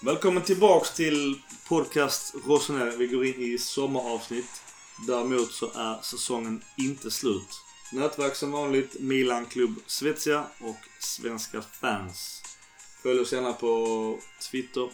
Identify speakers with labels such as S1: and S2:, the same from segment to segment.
S1: Välkommen tillbaks till podcast Rossoneri. Vi går in i sommaravsnitt. Däremot så är säsongen inte slut. Nätverk som vanligt, Milan Klubb Svezia och svenska fans. Följ oss gärna på Twitter,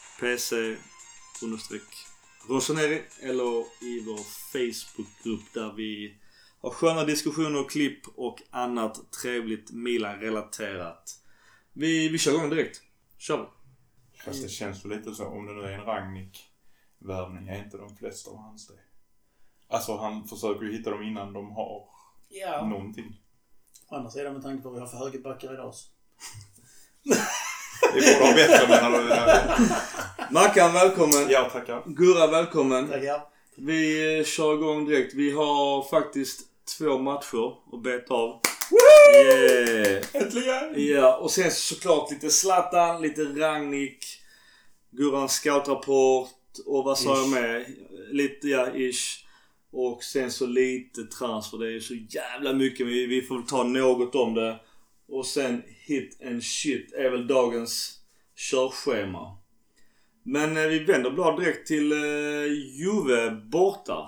S1: PC_Rossoneri eller i vår Facebookgrupp där vi har sköna diskussioner, klipp och annat trevligt Milan-relaterat. Vi kör igång direkt. Kör vi.
S2: Fast det känns väl lite så, om det nu är en Rangnick-värvning är inte de flesta av hans det. Alltså han försöker ju hitta dem innan de har någonting.
S3: Å andra sidan med tanke på att vi har för högerbackar idag.
S2: Vi borde ha bättre menar du.
S1: Mackan, välkommen.
S2: Ja, tackar.
S1: Gurra, välkommen.
S3: Tackar.
S1: Vi kör igång direkt. Vi har faktiskt 2 matcher att beta av. Yeah.
S2: Äntligen!
S1: Ja, och sen såklart lite Zlatan, lite Rangnick, Gurrans scoutrapport och vad sa jag med? Lite, ish. Och sen så lite transfer. Det är ju så jävla mycket, men vi får ta något om det. Och sen hit and shit är väl dagens körschema. Men vi vänder blad direkt till Juve borta.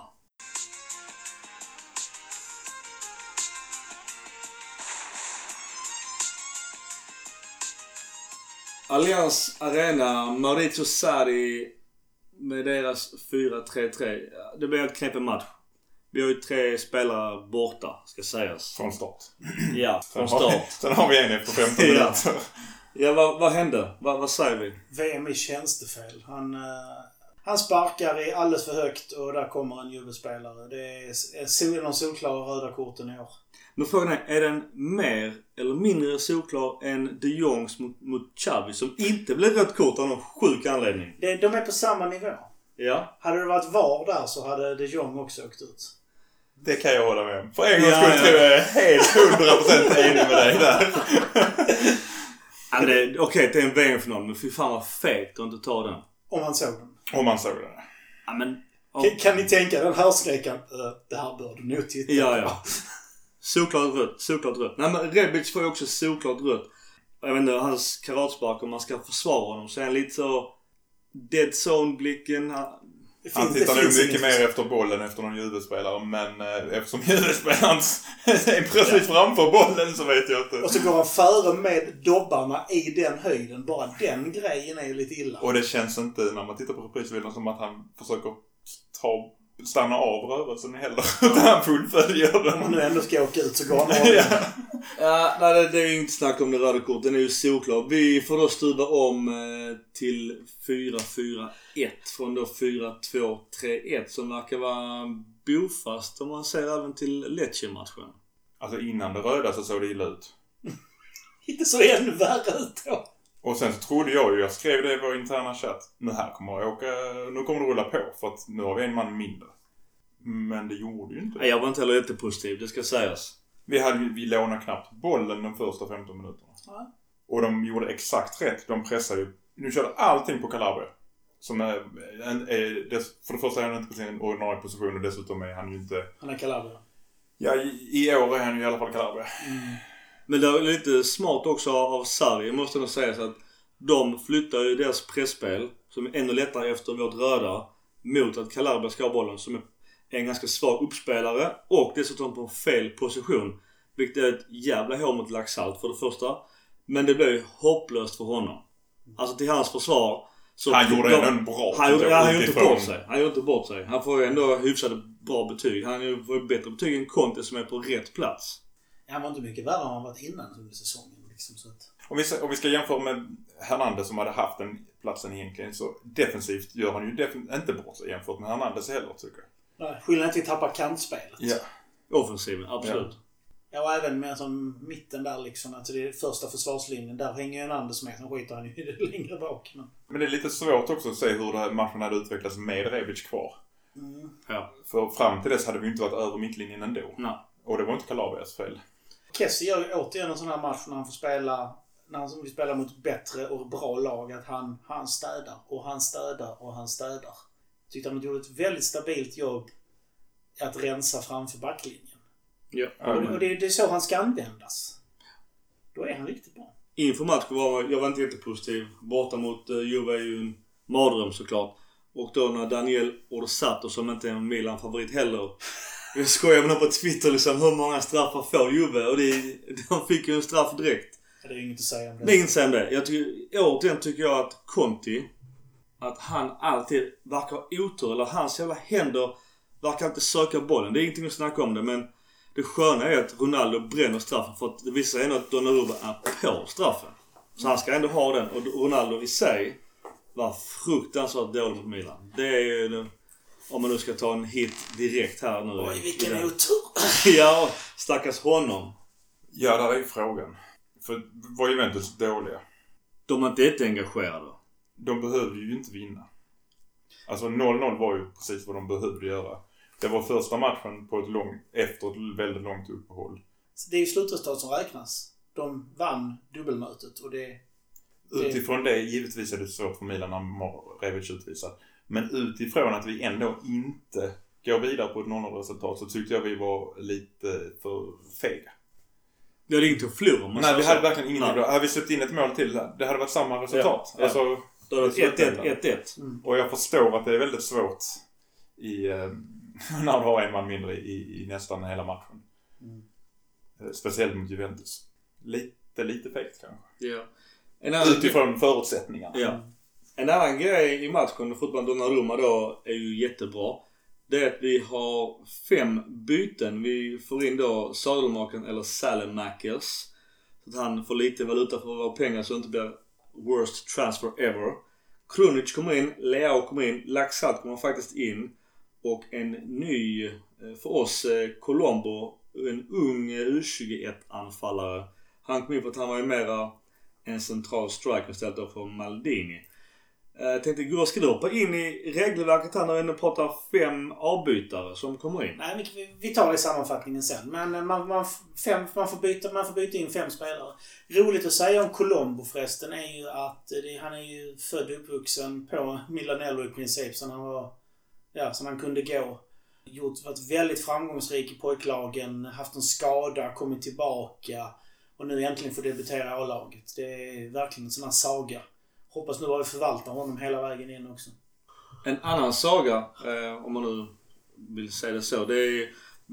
S1: Allianz Arena, Maurizio Sarri med deras 4-3-3. Det blir ett knäpp match. Vi har ju 3 spelare borta, ska sägas.
S2: Från start.
S1: Ja, från start.
S2: Sen har vi en efter 15 minuter.
S1: Ja, vad hände? Vad säger vi?
S3: VM i tjänstefel. Han sparkar i alldeles för högt och där kommer en Juve-spelare. Det är de solklara röda korten i år.
S1: Men frågan är den mer eller mindre solklar än De Jongs mot Xavi som inte blev rött kort av någon sjuk anledning?
S3: De är på samma nivå.
S1: Ja.
S3: Hade det varit VAR där så hade De Jong också åkt ut.
S2: Det kan jag hålla med om. För en gång skulle tror jag är helt 100% enig med dig där.
S1: Okej, det är en VM-final, men fy fan vad fegt att inte ta den.
S3: Om man såg den.
S2: Om man såg det.
S1: Ja, men...
S3: Kan ni tänka den här skrikan? Det här bör du nog titta.
S1: Ja. Såklart rött. Nej, men Rebic får ju också såklart rött. Jag vet inte, hans karatspark, om man ska försvara honom så är han lite så dead zone-blicken.
S2: Han tittar nog mycket mer efter bollen efter någon Juve-spelare, men eftersom Juve-spelaren är precis framför bollen så vet jag inte.
S3: Och så går han före med dobbarna i den höjden. Bara den grejen är ju lite illa.
S2: Och det känns inte när man tittar på reprisbilden som att han försöker stanna av rörelsen heller. Utan han fullföljer den.
S3: Om man nu ändå ska åka ut så går han av.
S1: Ja, nej, det är ju inte snack om det röda kort. Den är ju såklar. Vi får då stuva om till 4-4-1 från då 4-2-3-1 som verkar vara bofast om man ser även till Lecce-matchen.
S2: Alltså innan det röda så såg det illa ut.
S3: Inte så ännu värre ut då.
S2: Och sen så trodde jag skrev det i vår interna chatt. Nu kommer det rulla på för att nu har vi en man mindre. Men det gjorde ju inte.
S1: Nej, jag var inte heller jättepositiv, det ska sägas.
S2: Vi lånade knappt bollen de första 15 minuterna.
S3: Ja.
S2: Och de gjorde exakt rätt. De pressade ju. Nu körde allting på Calabria. Som för det första är han inte på sin ordinarie position och dessutom är han ju inte...
S3: Han är Calabria.
S2: Ja, i år är han ju i alla fall Calabria.
S1: Men det är lite smart också av Sarri, måste nog säga, så att de flyttar ju deras pressspel som är ännu lättare efter vårt röda mot att Calabria ska ha bollen som är en ganska svag uppspelare och dessutom på en fel position, vilket är ett jävla hår mot Laxalt för det första, men det blir ju hopplöst för honom. Alltså till hans försvar så
S2: han gjorde en bra.
S1: Han gjorde inte bort sig. Han får ju ändå hyfsade bra betyg. Han får ju bättre betyg än Conte som är på rätt plats.
S3: Han var inte mycket värre än han varit innan under säsongen. Liksom, så att...
S2: Om vi ska jämföra med Hernandez som hade haft den platsen egentligen så defensivt gör han ju inte bort sig jämfört med Hernandez heller tycker jag.
S3: Nej, skillnaden är att vi tappar kantspelet.
S2: Ja.
S1: Offensiven, absolut.
S3: Ja, och även med som mitten där liksom. Alltså det är första försvarslinjen. Där hänger ju en Anders med som skiter han ju längre bak. Men
S2: det är lite svårt också att se hur matchen hade utvecklats med Rebic kvar.
S1: Ja.
S2: För fram till dess hade vi inte varit över mittlinjen ändå.
S1: Nej.
S2: Och det var inte Calabrias fel.
S3: Kessie gör ju återigen en sån här match när han får spela, när han vill spela mot bättre och bra lag, att han städar och han städar och han städar. Tyckte han gjorde ett väldigt stabilt jobb att rensa framför backlinjen.
S1: Ja.
S3: Och det är så han ska användas. Då är han riktigt bra.
S1: inför matchen jag var inte jättepositiv. Borta mot Juve är ju en mardröm såklart. Och då när Daniel Orsato, som inte är en Milan-favorit heller, jag skojar med på Twitter liksom, hur många straffar får Juve? Och de fick ju en straff direkt.
S3: Det är inget att säga om det.
S1: Det är inget att säga om det. Återigen tycker jag att Conti, att han alltid verkar ha otur, eller hans jävla händer verkar inte söka bollen. Det är ingenting att snacka om det, men det sköna är att Ronaldo bränner straffen, för att det visar ändå att Donnarumma är på straffen. Så han ska ändå ha den, och Ronaldo i sig var fruktansvärt dålig mot Milan. Det är ju, om man nu ska ta en hit direkt här nu.
S3: Oj, vilken otur!
S1: Ja, stackars honom.
S2: Ja, där är ju frågan. För var Juventus dåliga?
S1: De är inte engagerade.
S2: De behövde ju inte vinna. Alltså 0-0 var ju precis vad de behövde göra. Det var första matchen efter ett väldigt långt uppehåll.
S3: Så det är ju slutresultat som räknas. De vann dubbelmötet och det...
S2: Utifrån det, givetvis är det svårt för Milan när Rebic utvisar. Men utifrån att vi ändå inte går vidare på ett 0-0-resultat, så tyckte jag vi var lite för fega.
S1: Det hade inget att förlora.
S2: Nej, vi hade verkligen ingenting bra. Hade vi släppt in ett mål till där, det hade varit samma resultat.
S1: Ja.
S2: Alltså,
S1: då hade det 1-1.
S2: Och jag förstår att det är väldigt svårt när du har en man mindre i nästan hela matchen. Speciellt mot Juventus. Lite fegt kanske.
S1: Ja.
S2: Utifrån förutsättningarna.
S1: Ja. En annan grej i matchen, fotbollen Donnarumma då, är ju jättebra. Det är att vi har 5 byten. Vi får in då Sadelmakern eller Salamakers. Så att han får lite valuta för våra pengar, så det inte blir worst transfer ever. Krunic kommer in, Leao kommer in, Laxalt kommer faktiskt in. Och en ny, för oss, Colombo, en ung U21-anfallare. Han kom in för att han var ju mera en central striker istället då för Maldini. Jag tänkte, Gurra, ska du hoppa in i regelverket här när vi ändå pratar 5 avbytare som kommer in?
S3: Nej, vi tar det i sammanfattningen sen. Men man får byta in 5 spelare. Roligt att säga om Colombo förresten är ju att han är ju född och uppvuxen på Milanello i princip. Så han kunde gå. Varit väldigt framgångsrik i pojklagen, haft en skada, kommit tillbaka och nu äntligen får debutera i A-laget. Det är verkligen en sån här saga. Hoppas nu bara vi förvaltar honom hela vägen in också.
S1: En annan saga, om man nu vill säga det så, det är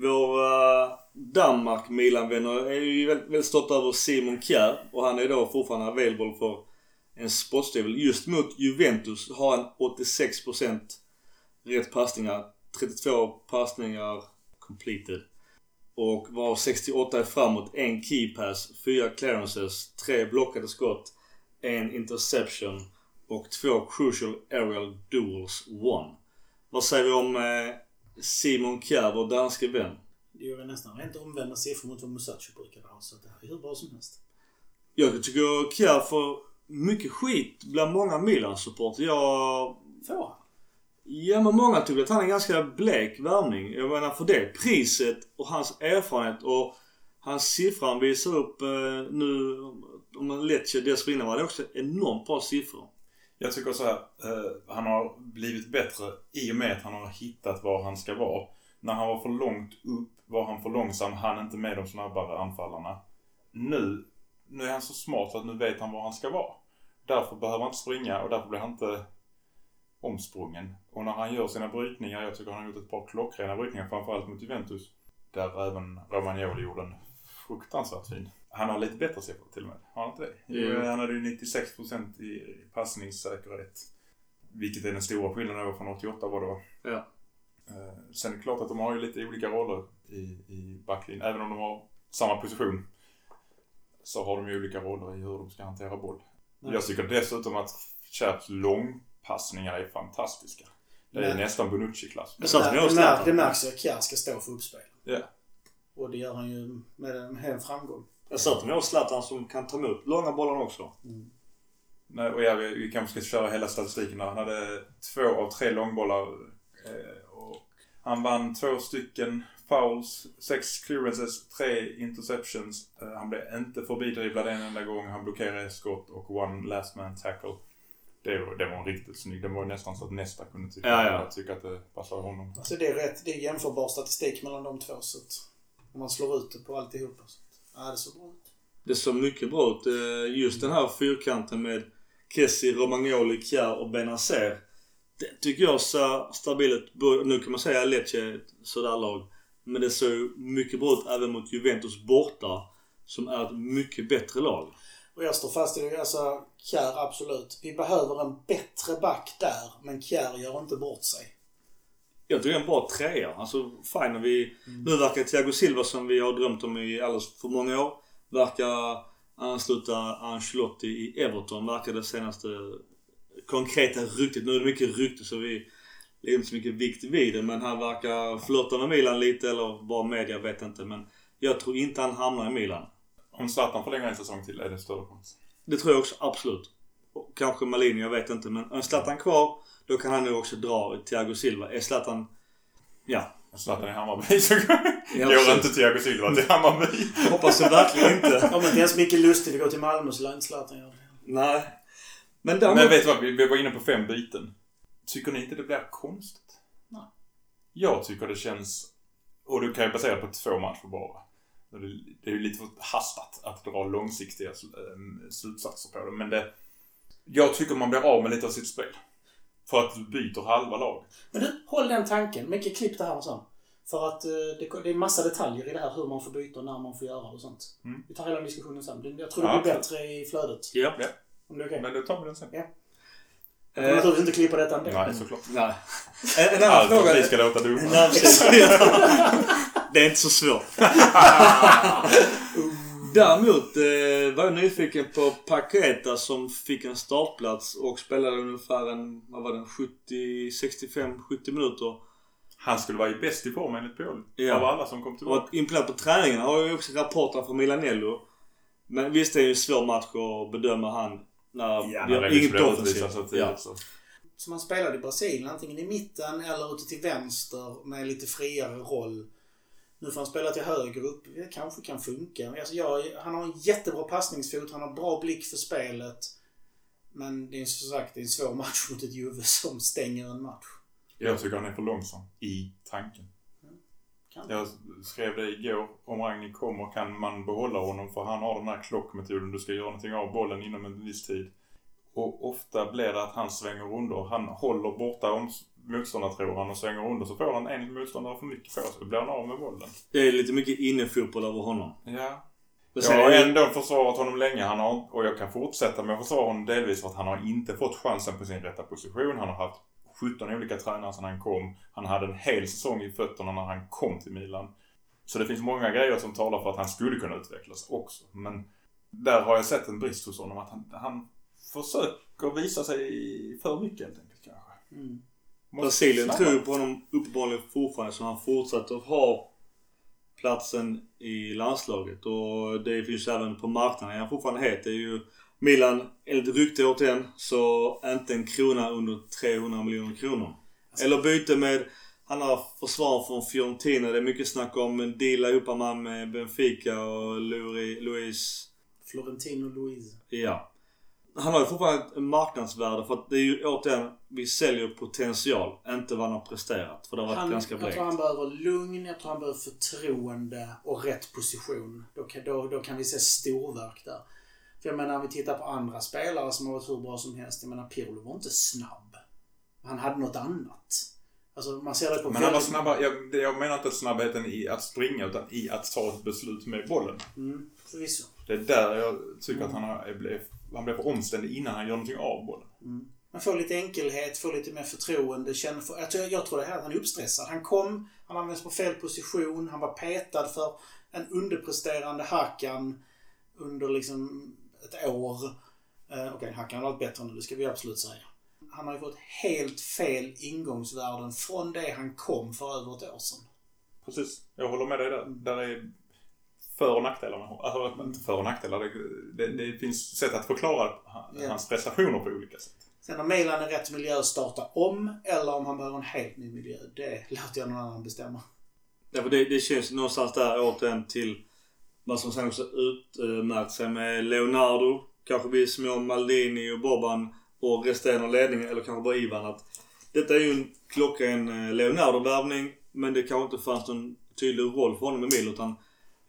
S1: våra Danmark-Milan-vänner är ju väldigt stolta över Simon Kjær, och han är då fortfarande available för en spottstyvel. Just mot Juventus har han 86% rätt passningar, 32 passningar completed, och var 68 är framåt, 1 keypass, 4 clearances, 3 blockade skott, 1 interception och 2 crucial aerial duels won. Vad säger vi om Simon Kjær, vår danske vän?
S3: Det gör nästan rent omvända siffror mot vad Musacho brukar ha, så det här är hur bra som helst.
S1: Jag tycker Kjær får mycket skit bland många Milan-supporter.
S3: Får han?
S1: Ja, men många tycker att han är en ganska blek värvning. Jag menar, för det priset och hans erfarenhet och hans siffran visar upp nu, om man Lecce dessförinnan var det också enormt bra siffror.
S2: Jag tycker så här, han har blivit bättre i och med att han har hittat var han ska vara. När han var för långt upp var han för långsam, han inte med de snabbare anfallarna. Nu är han så smart att nu vet han var han ska vara. Därför behöver han inte springa och därför blir han inte omsprungen. Och när han gör sina brytningar, jag tycker han har gjort ett par klockrena brytningar, framförallt mot Juventus, där även Romagnoli gjorde en fruktansvärt fin. Han har lite bättre siffror till och med. Har han inte det? Han hade ju 96% i passningssäkerhet. Vilket är den stora skillnaden över från 88 var det var.
S1: Ja.
S2: Sen är det klart att de har ju lite olika roller i backlinjen. Även om de har samma position så har de ju olika roller i hur de ska hantera boll. Nej. Jag tycker dessutom att Kjærs långpassningar är fantastiska. Det är nästan Bonucci-klass.
S3: Det märks att Kjær ska stå för uppspel.
S2: Ja.
S3: Och det gör han ju med en framgång.
S1: Jag sa att de har Zlatan som kan ta emot långa bollar också.
S2: Nej, och vi kanske ska köra hela statistiken. Han hade 2 av 3 långbollar. Och han vann 2 stycken fouls, 6 clearances, 3 interceptions. Han blev inte förbidribblad en enda gång. Han blockerade skott och 1 last man tackle. Det var en riktigt snygg. Det var nästan så att nästa kunde tycka att det passade honom.
S3: Alltså det är jämförbar statistik mellan de två, så att om man slår ut det på alltihopa så är det så bra.
S1: Det såg mycket bra ut. Just den här fyrkanten med Kessie, Romagnoli, Kjær och Benazer. Det tycker jag så stabilt. Nu kan man säga Lecce ett sådär lag. Men det såg mycket bra ut även mot Juventus borta. Som är ett mycket bättre lag.
S3: Och jag står fast i det. Alltså, Kjær absolut. Vi behöver en bättre back där. Men Kjær gör inte bort sig.
S1: Jag tycker det är en bra trea. Alltså fine. Nu verkar Thiago Silva, som vi har drömt om i alldeles för många år, verkar ansluta Ancelotti i Everton. Verkar det senaste konkreta ryktet. Nu är det mycket rykte så vi lägger inte så mycket vikt vid det. Men han verkar flirta med Milan lite, eller bara media, vet inte. Men jag tror inte han hamnar i Milan.
S2: Om Zlatan förlänger en säsong till är det större chans.
S1: Det tror jag också, absolut. Och kanske Malini, jag vet inte. Men är Zlatan kvar, då kan han nu också dra Thiago Silva. Är Zlatan... Ja.
S2: Zlatan i Hammarby så går inte Thiago Silva till Hammarby.
S1: Hoppas jag verkligen inte.
S3: Om inte ens mycket lustigt att gå till Malmö så lär inte Zlatan göra det.
S1: Nej. Men
S2: vet du vad? Vi var inne på 5 byten. Tycker ni inte det blir konstigt?
S3: Nej.
S2: Jag tycker det känns... Och du kan ju basera på 2 matcher bara. Det är ju lite för hastat att dra långsiktiga slutsatser på det. Men jag tycker man blir av med lite av sitt spel. För att du byter halva lag.
S3: Men du, håll den tanken. Mycket klipp det här och så. För att det är massa detaljer i det här. Hur man får byta och när man får göra och sånt. Vi tar hela diskussionen sen. Jag tror det blir bättre i flödet.
S1: Ja.
S3: Om det är okej.
S2: Men då tar vi den sen.
S3: Ja. Jag kommer naturligtvis inte klippa detta ändå.
S2: Nej, såklart.
S1: Nej. En annan fråga.
S2: Vi ska låta du.
S1: Det är inte så svårt. Däremot var jag nyfiken på Paqueta som fick en startplats och spelade ungefär 65-70 minuter.
S2: Han skulle vara bäst i form enligt Paul.
S1: Ja.
S2: Av alla som kom tillbaka.
S1: Och imponerad på träningen har ju också rapporter från Milanello. Men visst är det ju en svår match att bedöma han när vi har inget offensivt. Ja.
S3: Så man spelade i Brasilien antingen i mitten eller ute till vänster med lite friare roll. Nu får han spela till höger upp. Det kanske kan funka. Alltså han har en jättebra passningsfot. Han har bra blick för spelet. Men det är som sagt en svår match mot ett Juve som stänger en match.
S2: Jag tycker han är för långsam i tanken. Jag skrev det igår. Om Ragnik kommer kan man behålla honom. För han har den här klockmetoden. Du ska göra någonting av bollen inom en viss tid. Och ofta blir det att han svänger under. Han håller borta om motståndare tror han och svänger under. Så får han en motståndare för mycket på sig. Då blir han av med bollen.
S1: Det är lite mycket innefotboll över honom.
S2: Ja. Jag har ändå försvarat honom länge. Och jag kan fortsätta med att försvara honom delvis för att han har inte fått chansen på sin rätta position. Han har haft 17 olika tränare sedan han kom. Han hade en hel säsong i fötterna när han kom till Milan. Så det finns många grejer som talar för att han skulle kunna utvecklas också. Men där har jag sett en brist hos honom. Att han försöker visa sig för mycket helt enkelt kanske.
S1: Brasilien tror på honom uppenbarligen fortfarande så han fortsätter att ha platsen i landslaget. Och det finns även på marknaden. Han fortfarande heter ju Milan, enligt rykte återigen, så inte en krona under 300 miljoner kronor. Eller byte med, han har försvar från Fiorentina. Det är mycket snack om en deal ihop med Benfica och
S3: Florentino Luis.
S1: Ja. Han har ju fortfarande ett marknadsvärde för att det är ju återigen, vi säljer potential, inte vad han har presterat. För det har varit ganska blekt.
S3: Jag tror han behöver lugn, jag tror han behöver förtroende och rätt position. Då kan vi se storverk där. För jag menar, om vi tittar på andra spelare som har varit hur bra som helst. Jag menar, Pirlo var inte snabb. Han hade något annat. Alltså, man ser det på...
S2: Men han var snabbare. Jag menar inte snabbheten i att springa utan i att ta ett beslut med bollen.
S3: Förvisso.
S2: Det är där jag tycker att han blev för omständig innan han gör någonting av bollen.
S3: Man får lite enkelhet, får lite mer förtroende. Jag tror det här att han är uppstressad. Han används på fel position. Han var petad för en underpresterande Hakan under liksom ett år. Okej, Hakan har varit bättre nu, det ska vi absolut säga. Han har ju fått helt fel ingångsvärden från det han kom för över ett år sedan.
S2: Precis, jag håller med dig där. Där är för- och nackdelar med honom. Alltså inte för- och nackdelar. Det finns sätt att förklara hans prestationer på olika sätt.
S3: Sen om Milan är rätt miljö att starta om eller om han behöver en helt ny miljö, det låter jag någon annan bestämma.
S1: Ja, för det känns någonstans där återigen till vad som sen också utmärkt sig med Leonardo. Kanske vi små Maldini och Boban och resten av ledningen, eller kanske bara Ivan. Att detta är ju en klockren Leonardo-värvning, men det kanske inte fanns någon tydlig roll för honom i Milan, utan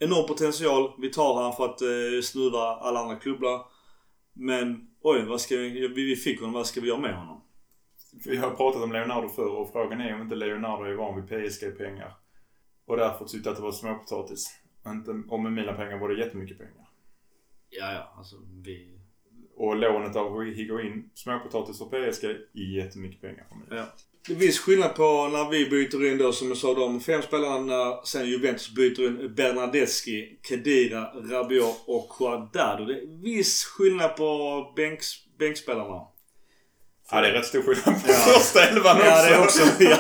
S1: enorm potential. Vi tar han för att snuva alla andra klubbar. Men vi fick honom, vad ska vi göra med honom?
S2: Vi har pratat om Leonardo förr och frågan är om inte Leonardo är van vid PSG-pengar. Och därför tyckte jag att det var småpotatis. Om med mina pengar var det jättemycket pengar.
S1: Ja, alltså
S2: Och lånet av Higuain, småpotatis för PSG, jättemycket pengar för mig.
S1: Ja. Det finns skillnad på när vi byter in då, som jag sa, de 5 spelarna, när sen Juventus byter in Bernardeschi, Khedira, Rabiot och Cuadrado. Det är viss skillnad på bänkspelarna.
S2: Ja, det är rätt stor skillnad på första 11 också.
S1: Ja, det är också. Ja.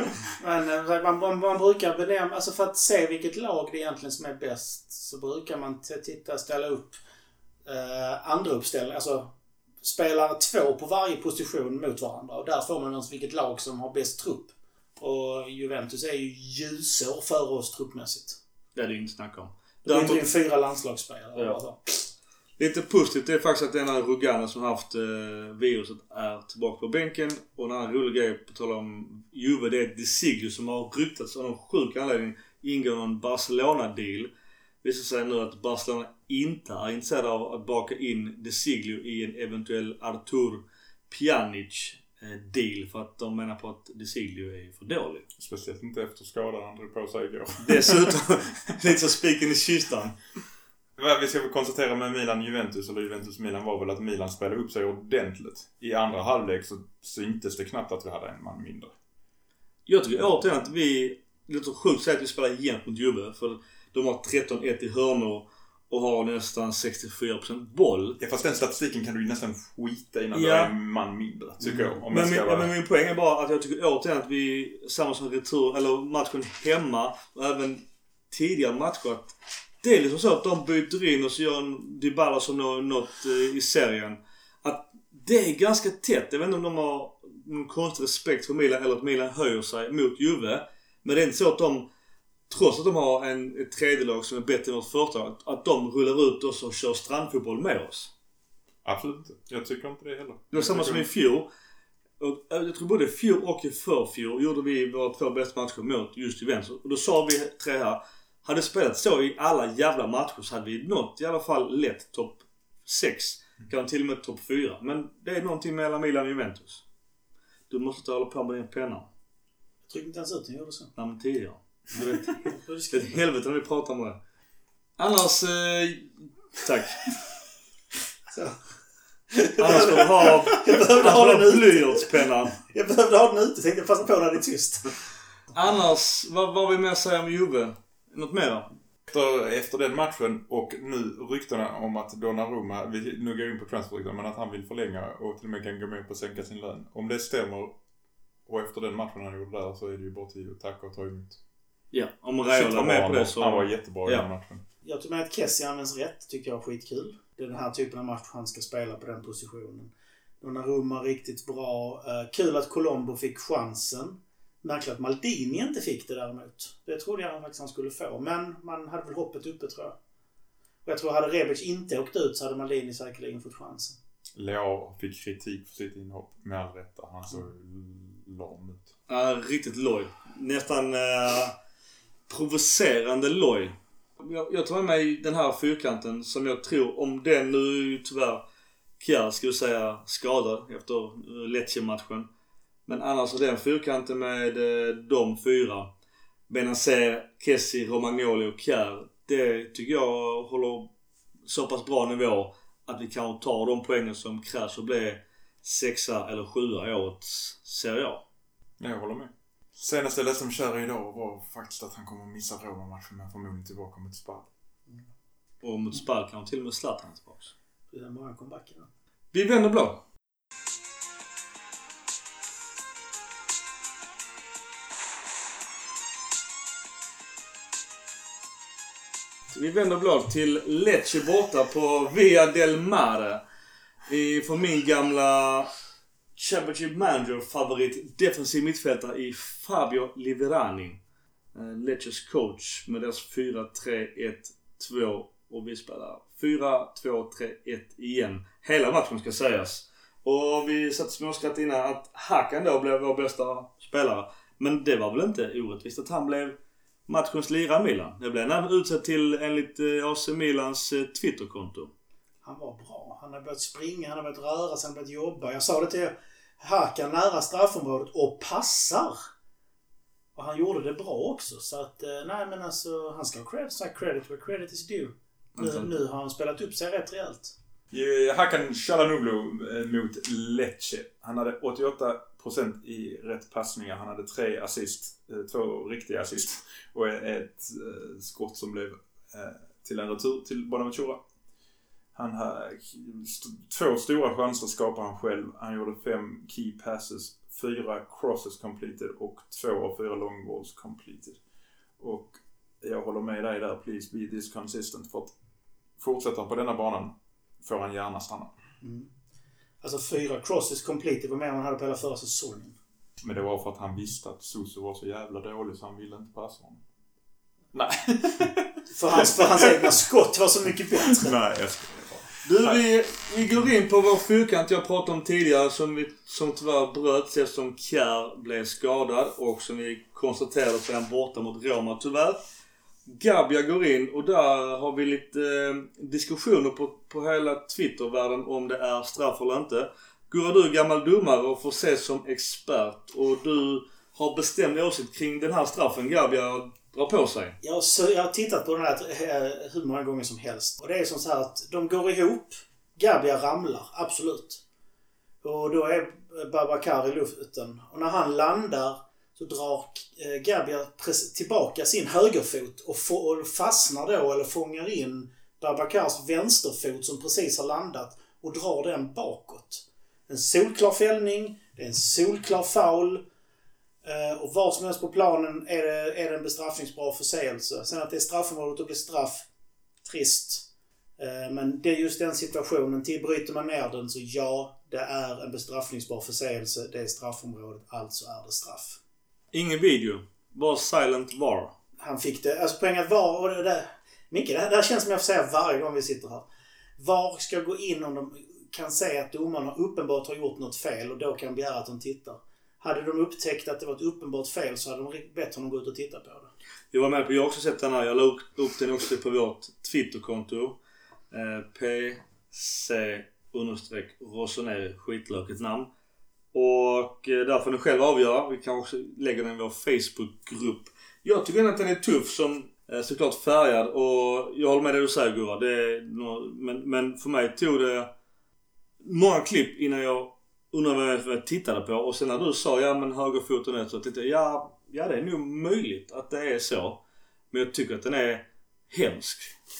S3: Men man brukar benämna, alltså för att se vilket lag det egentligen som är bäst, så brukar man ställa upp andra uppställningar, alltså spelare 2 på varje position mot varandra, och där får man alltså vilket lag som har bäst trupp. Och Juventus är ju ljusår före oss truppmässigt.
S1: Det är det inte snack om.
S3: Det är inte 4 landslagsspelare.
S1: Ja. Lite positivt är faktiskt att den här Rugano som haft viruset är tillbaka på bänken. Och en annan rolig grej på tal om Juve, det är De Siglio som har ryktats av någon sjuk anledning ingår någon Barcelona-deal. Visar sig nu att Barcelona inte är intresserad av att baka in De Siglio i en eventuell Artur Pjanic-deal, för att de menar på att De Siglio är för dålig.
S2: Speciellt inte efter skadan han drog på sig igår.
S1: Dessutom, lite så spiken i kistan.
S2: Vi ska väl konstatera med Milan-Juventus eller Juventus-Milan var väl att Milan spelade upp sig ordentligt. I andra halvlek så syntes det knappt att vi hade en man mindre.
S1: Jag tycker återigen att vi, lite sjukt säga att vi spelar jämnt mot Juve, för de har 13-1 i hörnor och har nästan 64% boll. Ja,
S2: fast den statistiken kan du ju nästan skita innan det är en man mindre, tycker jag. Om
S1: men min poäng är bara att jag tycker återigen att vi, samma som retur, eller matchen hemma och även tidigare matcher, att det är liksom så att de byter in och så gör en Dybala som något i serien. Att det är ganska tätt. Jag vet inte om de har någon konstig respekt för Milan eller att Milan höjer sig mot Juve. Men det är inte så att de, trots att de har ett tredje lag som är bättre än vårt första, att de rullar ut oss och kör strandfotboll med oss.
S2: Absolut inte. Jag tycker inte det heller.
S1: Det var samma som i fjol. Och jag tror både fjol och i förfjol gjorde vi våra 2 bästa matcher mot just Juventus. Och då sa vi 3 här. Hade spelat så i alla jävla matcher så hade vi nått i alla fall lätt topp 6. Kan till och med topp 4. Men det är någonting mellan Milan och Juventus. Du måste inte hålla på med din penna.
S3: Jag tryckte inte ens ut den, gjorde så.
S1: Nej, men tidigare. Du vet, det är ett helvete när vi pratar om det. Annars, tack.
S3: Så.
S1: Annars får vi ha blyertspennan.
S3: Jag behövde ha den ute, tänkte passa på när det är tyst.
S1: Annars, vad vill vi mer säga om Juve? Något mer?
S2: Efter den matchen och nu ryktena om att Donnarumma, nu går in på transferrykten, men att han vill förlänga och till och med kan gå med på att sänka sin lön. Om det stämmer och efter den matchen han gjorde där, så är det ju bara tid att tacka och ta emot.
S1: Ja, om Raiola med på det så...
S2: Han var jättebra i den matchen.
S3: Jag tror med att Kessie används rätt, tycker jag var skitkul. Det är den här typen av match han ska spela på den positionen. Donnarumma riktigt bra. Kul att Colombo fick chansen. Märkligt att Maldini inte fick det däremot. Det trodde jag faktiskt han skulle få. Men man hade väl hoppet uppe, tror jag. Och jag tror hade Rebic inte åkt ut så hade Maldini säkerligen fått chansen.
S2: Leao fick kritik för sitt inhopp med all rätta. Han såg lam ut.
S1: Ja, riktigt loj. Nästan provocerande loj. Jag tar med mig den här fyrkanten som jag tror, om den nu tyvärr Kjär skulle säga skadad efter Lecce-matchen. Men annars är den fyrkanten med de 4. Benazer, Kessie, Romagnoli och Kjär. Det tycker jag håller så pass bra nivå att vi kan ta de poängen som krävs och bli 6 eller 7 i årets Serie A.
S2: Jag håller med. Senaste läst som kör idag var faktiskt att han kommer att missa Roma-matchen, men förmodligen tillbaka mot Spal.
S1: Och mot Spal kan han till och med Zlatan tillbaka.
S3: Det är många comebacker då.
S1: Vi vänder blad. Vi vänder blad till Lecce borta på Via del Mare. För min gamla Championship Manager-favorit defensiv mittfältare i Fabio Liverani. Lecces coach med deras 4-3-1-2 och vi spelar 4-2-3-1 igen. Hela matchen ska sägas. Och vi satt småskratt innan att Hakan då blev vår bästa spelare. Men det var väl inte orättvist att han blev matchens lirare Milan. Det blev när utsett till enligt AC Milans Twitterkonto.
S3: Han var bra. Han har börjat springa, han har börjat röra sig, han har börjat jobba. Jag sa det till Hakan nära straffområdet och passar. Och han gjorde det bra också. Så att, nej men alltså, han ska ha credit where credit is due. Nu har han spelat upp sig rätt rejält.
S2: Hakan Çalhanoğlu mot Lecce. Han hade 88% i rätt passningar. Han hade 3 assist. 2 riktiga assist. Och ett skott som blev till en retur till Bonaventura. Han hade 2 stora chanser skapade han själv. Han gjorde 5 key passes, 4 crosses completed och 2 av 4 long balls completed. Och jag håller med dig där, please be this consistent. För att fortsätta på denna banan får han gärna stanna.
S3: Alltså 4 crosses completed var mer än han hade på hela förra säsongen.
S2: Men det var för att han visste att Suso var så jävla dålig så han ville inte passa honom. Nej.
S3: för hans egna skott var så mycket bättre.
S2: Nej, jag ska
S1: vi går in på vår fyrkant jag pratade om tidigare som tyvärr bröts eftersom Kjær blev skadad och som vi konstaterade så är han borta mot Roma tyvärr. Gabbia går in och där har vi lite diskussioner på hela Twittervärlden om det är straff eller inte. Gurra, du är gammal domare och får ses som expert och du har bestämd åsikt kring den här straffen Gabbia drar på sig.
S3: Jag har tittat på den här hur många gånger som helst. Och det är som så här att de går ihop. Gabbia ramlar, absolut. Och då är Babacar i luften. Och när han landar så drar Gabbia tillbaka sin högerfot och fastnar då eller fångar in Babacars vänsterfot som precis har landat och drar den bakåt. En solklar fällning, det är en solklar foul. Och var som helst på planen är det en bestraffningsbra förseelse. Sen att det är straffområdet och blir straff, trist. Men det är just den situationen. Bryter man ner den så ja, det är en bestraffningsbar förseelse. Det är straffområdet, alltså är det straff.
S1: Ingen video, bara silent VAR.
S3: Han fick det, alltså poängen VAR och det där. Micke, det här känns som jag får säga varje gång vi sitter här. VAR ska gå in om de kan säga att domarna uppenbart har gjort något fel och då kan begära att de tittar. Hade de upptäckt att det var ett uppenbart fel så hade de bett honom gå ut och titta på det.
S1: Jag var med på, jag har också sett den här. Jag la upp den också på vårt Twitterkonto. PC_Rosoner, skitlökigt namn. Och där får ni själv avgöra. Vi kan också lägga den i vår Facebookgrupp. Jag tycker att den är tuff som såklart färgad. Och jag håller med det du säger Gurra. Men för mig tog det många klipp innan jag undrar vad jag tittade på. Och sen när du sa ja men högerfoten är så tittade jag ja det är nog möjligt att det är så. Men jag tycker att den är hemsk.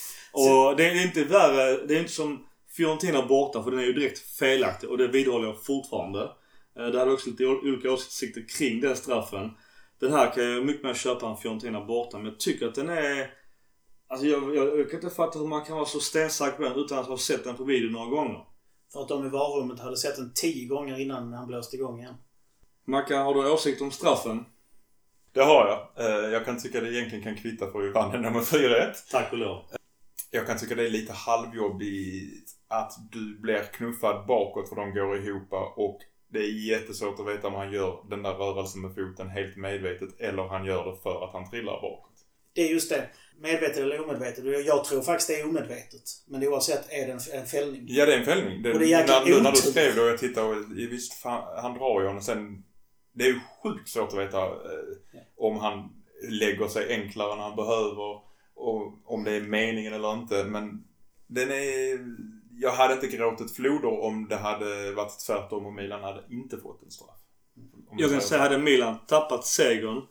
S1: Och det är inte värre, det är inte som Fiorentina borta för den är ju direkt felaktig och det vidhåller jag fortfarande. Det hade också lite olika åsikter kring den straffen. Den här kan jag mycket mer köpa än Fiorentina borta, men jag tycker att den är alltså jag kan inte fatta hur man kan vara så stensäker på den utan att ha sett den på video några gånger.
S3: För att de i varummet hade sett den 10 gånger innan han blåste igång igen.
S1: Mackan, har du åsikt om straffen?
S2: Det har jag. Jag kan tycka det egentligen kan kvitta för att vi vann nummer 4-1.
S1: Tack och lov.
S2: Jag kan tycka det är lite halvjobbigt att du blir knuffad bakåt för de går ihop och det är jättesvårt att veta om han gör den där rörelsen med foten helt medvetet eller han gör det för att han trillar bakåt.
S3: Det är just det. Medvetet eller omedvetet. Jag tror faktiskt det är omedvetet. Men oavsett är det en fällning.
S2: Ja, det är en fällning.
S3: Och det är
S2: när du skrev då, jag tittade och visst, han drar ju honom. Sen, det är ju sjukt svårt att veta om han lägger sig enklare när han behöver och om det är meningen eller inte. Men den är... Jag hade inte gråtit floder om det hade varit tvärtom och Milan hade inte fått en straff.
S1: Jag kan säga hade Milan tappat segern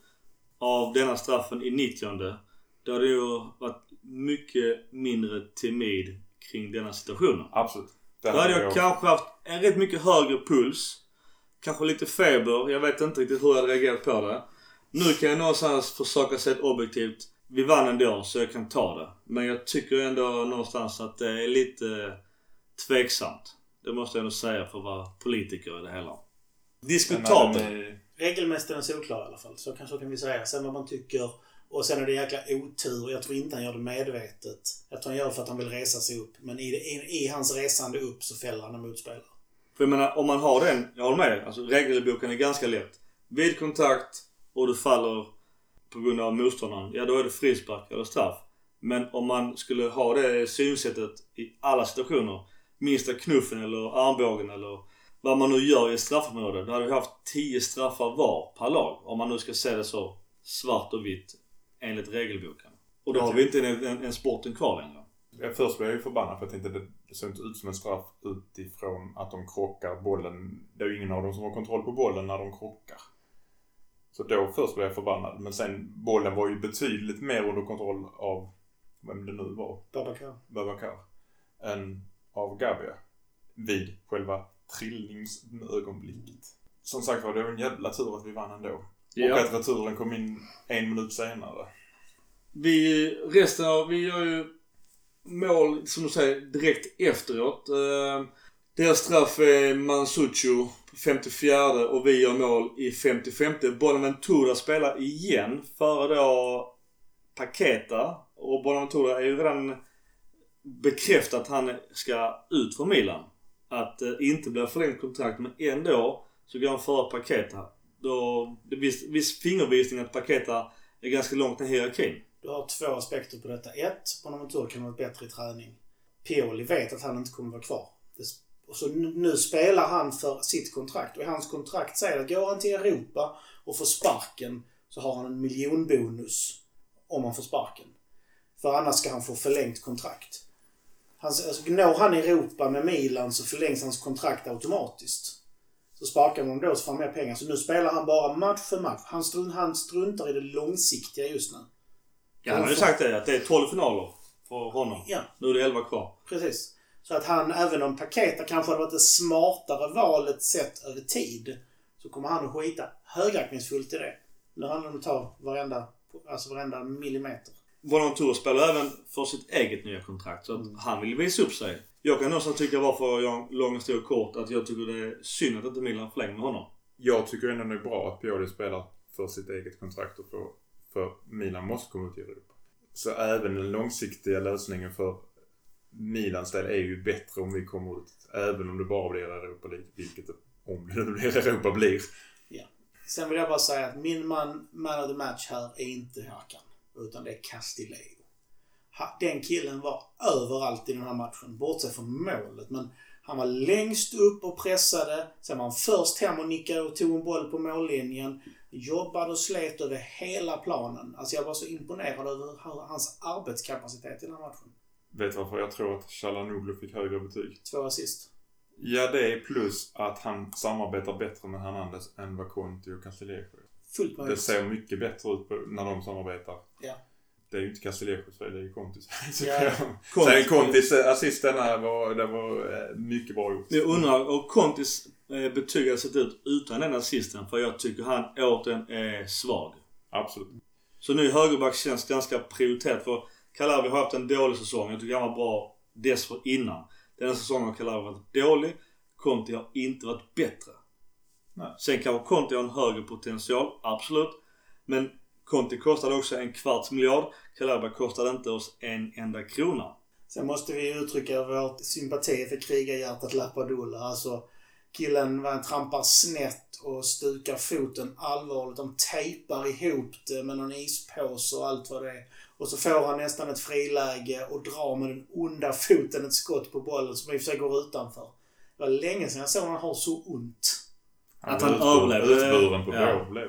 S1: av denna straffen i 90:e, då hade det ju varit mycket mindre timid kring denna situationen.
S2: Absolut.
S1: Då hade jag kanske haft en rätt mycket högre puls. Kanske lite feber. Jag vet inte riktigt hur jag hade reagerat på det. Nu kan jag någonstans försöka se ett objektivt. Vi vann ändå så jag kan ta det. Men jag tycker ändå någonstans att det är lite tveksamt. Det måste jag ändå säga för att vara politiker i det hela. Diskutabel.
S3: Regelmästaren är solklar i alla fall. Så kan vi säga. Sen vad man tycker. Och sen är det jäkla otur. Jag tror inte han gör det medvetet. Jag tror han gör det för att han vill resa sig upp. Men i hans resande upp så fäller han en motspelare.
S1: För jag menar, om man har den, jag håller med. Alltså regelboken är ganska lätt. Vid kontakt och du faller på grund av motståndaren, ja då är det frispark eller straff. Men om man skulle ha det synsättet i alla situationer, minsta knuffen eller armbågen eller vad man nu gör i straffområdet, då hade vi haft 10 straffar var per lag. Om man nu ska se det så svart och vitt enligt regelboken. Och då har vi inte en sporten kvar längre.
S2: Först blev jag ju förbannad för att det såg inte ut som en straff utifrån att de krockar bollen. Det är ju ingen av dem som har kontroll på bollen när de krockar. Så då först blev jag förbannad. Men sen, bollen var ju betydligt mer under kontroll av vem det nu var. Babacar. Än av Gabia. Vid själva trillningsögonblicket. Som sagt var det en jävla tur att vi vann ändå. Ja. Och att returen kom in 1 minut senare.
S1: Vi gör ju mål, som du säger, direkt efteråt. Deras straff är Mansucho på 54 och vi gör mål i 55. Bonaventura spelar igen före då Paqueta. Och Bonaventura är ju redan bekräftat att han ska ut från Milan. Att inte bli förlängt kontrakt, men ändå så går han före Paqueta. Då det viss fingervisning att Paqueta är ganska långt ner i hierarkin.
S3: Du har 2 aspekter på detta. 1, Bonaventura kan vara bättre i träning. Pioli vet att han inte kommer vara kvar. Och så nu spelar han för sitt kontrakt. Och i hans kontrakt säger att går han till Europa och får sparken så har han en miljonbonus om han får sparken. För annars ska han få förlängt kontrakt. Når han Europa med Milan så förlängs hans kontrakt automatiskt. Så sparkar man då så får han mer pengar. Så nu spelar han bara match för match. Han struntar i det långsiktiga just nu.
S1: Ja, han har ju sagt det, att det är 12 finaler för honom. Ja. Nu är det 11 kvar.
S3: Precis. Så att han, även om Paqueta kanske hade varit det smartare valet sett över tid, så kommer han att skita högaktningsfullt i det. Nu handlar det om att ta varenda millimeter.
S1: Bonaventura spelar även för sitt eget nya kontrakt, så att han vill visa upp sig. Jag kan också tycka, varför jag lång och stor kort, att jag tycker det är synd att inte Milan förlänger med honom.
S2: Jag tycker ändå det är bra att Pioli spelar för sitt eget kontrakt och för Milan måste komma ut i Europa. Så även den långsiktiga lösningen för Milans del är ju bättre om vi kommer ut, även om det bara blir Europa League, vilket om det blir Europa blir.
S3: Ja. Sen vill jag bara säga att min man of the match här är inte Hakan, utan det är Castillejo. Den killen var överallt i den här matchen, bortsett från målet, men han var längst upp och pressade. Sen var han först hem och nickade och tog en boll på mållinjen. Jobbade och slet över hela planen. Alltså jag var så imponerad över hans arbetskapacitet i den här matchen.
S2: Vet du varför jag tror att Çalhanoğlu fick högre betyg?
S3: 2 assist.
S2: Ja, det är plus att han samarbetar bättre med Hernandez än vad Conti och Castillejo.
S3: Fullt möjligt.
S2: Det ser mycket bättre ut när de samarbetar.
S3: Ja.
S2: Det är ju inte Castillejos fel, det är ju Contis.
S3: Ja.
S2: Sen Contis assisten här var mycket bra gjort.
S1: Jag undrar, och Contis betyg har sett ut utan den assisten, för jag tycker han återigen är svag.
S2: Absolut.
S1: Så nu högerback känns ganska prioriterat, för Calabria har haft en dålig säsong. Jag tycker han var bra dessförinnan. Den säsongen har Calabria varit dålig. Conti har inte varit bättre.
S2: Nej.
S1: Sen kanske Conti har en högre potential, absolut. Men Conti kostade också 250 miljoner. Calabria kostade inte oss en enda krona.
S3: Sen måste vi uttrycka vår sympati för krigarhjärtat Lapadula. Alltså, killen trampar snett och stukar foten allvarligt. De tejpar ihop det med någon ispåse och allt vad det är. Och så får han nästan ett friläge och drar med den onda foten ett skott på bollen som i och för sig går utanför. Det var länge sedan jag såg han har så ont.
S1: Att han överlevde.
S2: Utburen på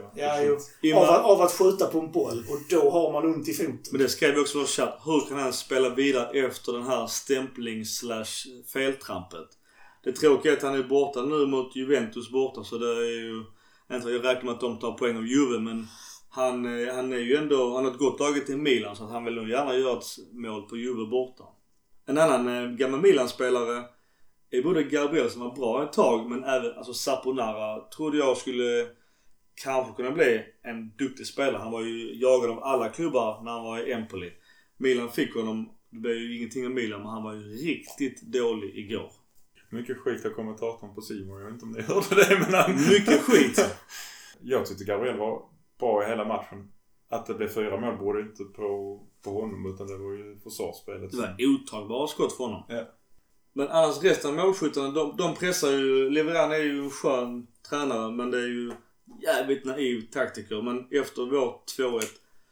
S3: av att skjuta på en boll, och då har man ont i foten.
S1: Men det skrev vi också vår chatt. Hur kan han spela vidare efter den här stämpling/feltrampet? Det tråkiga är att han är borta nu mot Juventus borta, så det är ju inte vad jag räknar med att de tar poäng av Juve, men han är ju ändå, han har ett gott laget till Milan, så att han vill nog gärna göra ett mål på Juve borta. En annan gammal Milan-spelare är både Gabriel, som var bra ett tag, men även alltså Saponara trodde jag skulle kanske kunna bli en duktig spelare. Han var ju jagad av alla klubbar när han var i Empoli. Milan fick honom, det blev ju ingenting av Milan, men han var ju riktigt dålig igår.
S2: Mycket skit av kommentatorn på Simon, jag vet inte om ni hörde det, men han...
S1: Mycket skit!
S2: Jag tyckte Gabriel var bra i hela matchen. Att det blev 4 mål borde inte på honom, utan det var ju försvarsspelet.
S1: Det var otagbara skott för honom.
S2: Ja.
S1: Men annars resten av målskyttarna, de pressar ju. Leveran är ju en skön tränare, men det är ju jävligt naiv taktiker. Men efter vår 2-1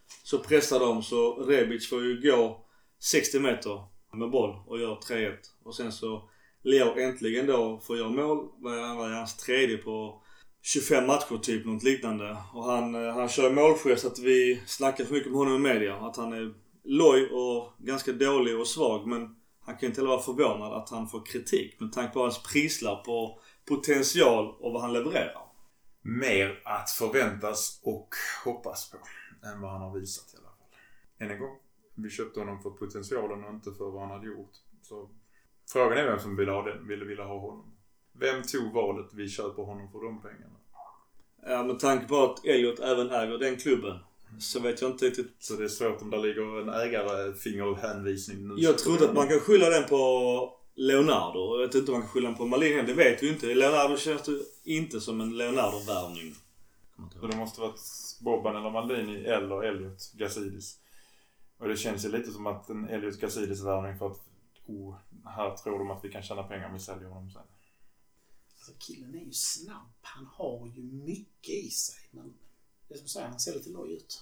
S1: så pressar de så Rebic får ju gå 60 meter med boll och gör 3-1. Och sen så Leo äntligen då får göra mål. Han var hans tredje på 25 matcher typ, något liknande. Och han kör målgest att vi snackar för mycket om honom i media. Att han är loj och ganska dålig och svag, men han kan inte heller vara förvånad att han får kritik med tanke på hans prislapp och potential och vad han levererar.
S2: Mer att förväntas och hoppas på än vad han har visat i alla fall. Än en gång, vi köpte honom för potentialen och inte för vad han hade gjort. Så frågan är vem som ville ha honom. Vem tog valet vi köper honom för de pengarna?
S1: Ja, med tanke på att Elliot även äger den klubben så vet jag inte riktigt.
S2: Så det är svårt om där ligger en ägarfingerhänvisning nu.
S1: Jag trodde att man kan skylla den på Leonardo. Jag vet inte om man kan skylla den på Malin. Det vet vi inte. Leonardo känns det inte som en Leonardo-värvning.
S2: Så det måste vara Boban eller Maldini eller Elliot Gazidis. Och det känns ju lite som att en Elliot Gazidis-värvning för att här tror de att vi kan tjäna pengar om vi säljer honom sen.
S3: Alltså killen är ju snabb. Han har ju mycket i sig. Men det är som säger, han ser lite loj ut.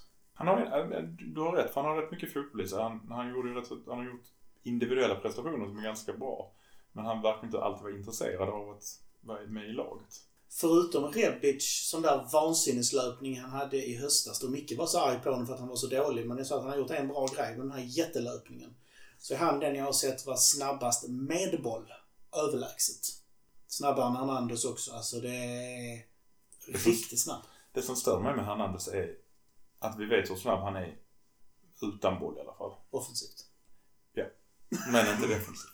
S2: Du har rätt, för han har rätt mycket fotboll. Han har gjort individuella prestationer som är ganska bra. Men han verkar inte alltid vara intresserad av att vara med i laget.
S3: Förutom Rebic, sån där vansinneslöpning han hade i höstas. Då Micke var så arg på honom för att han var så dålig. Men det är så att han har gjort en bra grej med den här jättelöpningen. Så är han den jag har sett var snabbast med boll. Överlägset. Snabbare än Hernandez också. Alltså det är riktigt snabb.
S2: Det som stör mig med Hernandez är att vi vet hur snabb han är utan boll i alla fall.
S3: Offensivt.
S2: Ja, men inte defensivt.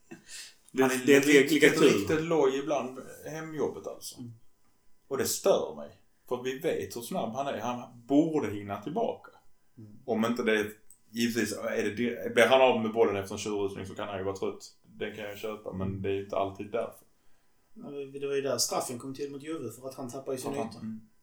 S1: Det är lika kul.
S2: Riktigt loj ibland hemjobbet alltså. Och det stör mig. För vi vet hur snabb han är. Han borde hinna tillbaka. Om inte det givetvis blir han av med bollen efter en tjurrusning så kan han ju vara trött. Den kan jag köpa, men det är inte alltid därför.
S3: Det var ju där straffen kom till mot Juve för att han tappade i sin yta.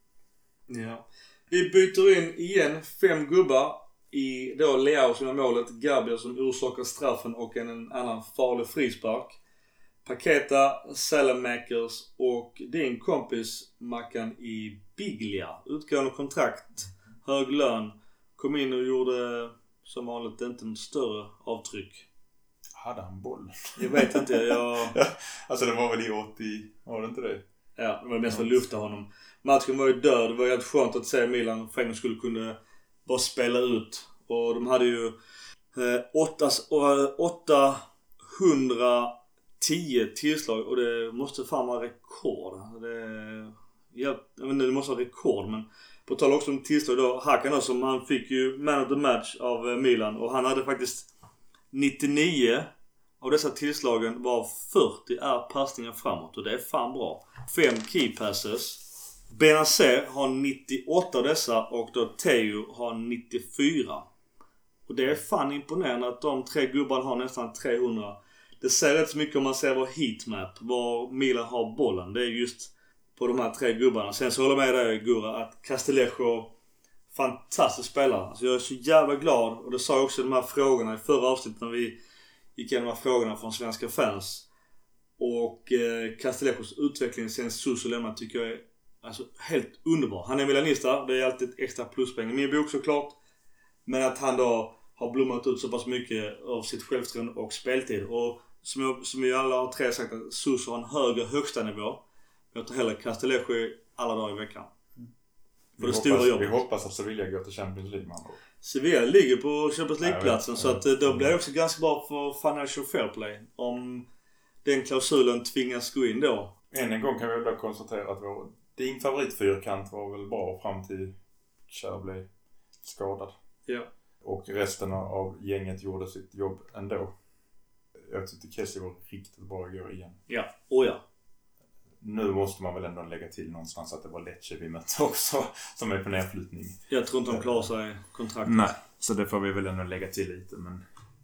S1: Ja. Vi byter in igen 5 gubbar i då Leao som är målet, Gabriel som orsakar straffen och en annan farlig frispark. Paketa, Salamakers och din kompis Mackan i Biglia. Utgående kontrakt, hög lön. Kom in och gjorde som vanligt inte något större avtryck.
S2: Hade han boll?
S1: Jag vet inte,
S2: alltså det var väl i 80, var det inte det?
S1: Ja, det var mest för att lufta honom. Matchen var ju död, det var helt skönt att se Milan för en skulle kunna bara spela ut. Och de hade ju 810 tillslag och det måste fan vara rekord. Jag vet inte, det måste vara rekord, men på tal också om tillslag då, Hakan då, som han fick ju man of the match av Milan och han hade faktiskt 99 av dessa tillslagen var 40 passningar framåt och det är fan bra. 5 key passes. Benacer har 98 av dessa och då Teo har 94. Och det är fan imponerande att de 3 gubbarna har nästan 300. Det säger rätt så mycket om man ser vår heatmap, var Milan har bollen. Det är just på de här 3 gubbarna. Sen så håller jag med dig Gura att Castellejo fantastisk spelare. Alltså jag är så jävla glad och det sa jag också i de här frågorna i förra avsnittet när vi gick igenom de här frågorna från svenska fans. Och Castellejos utveckling sen Suso lämnat tycker jag är alltså helt underbar. Han är milanista, det är alltid ett extra pluspoäng i min bok såklart. Men att han då har blommat ut så pass mycket av sitt självförtroende och speltid. Och som vi alla har 3 sagt att Suso har en högre högsta nivå. Jag tar hellre Castellejo alla dagar i veckan.
S2: Vi hoppas att Sevilla går till Champions League, man.
S1: Sevilla ligger på Champions League-platsen så att då blir det också ganska bra för financial fair play om den klausulen tvingas gå in då.
S2: Än en gång kan vi väl konstatera att din favoritfyrkant var väl bra fram till Kjär blev skadad.
S1: Ja.
S2: Och resten av gänget gjorde sitt jobb ändå. Jag tyckte Kessie var riktigt bra igår igen.
S1: Ja, ja.
S2: Nu måste man väl ändå lägga till någonstans att det var Lecce vi mötte också som är på nedflyttning.
S1: Jag tror inte de klarar sig kontraktet.
S2: Nej, så det får vi väl ändå lägga till lite. Men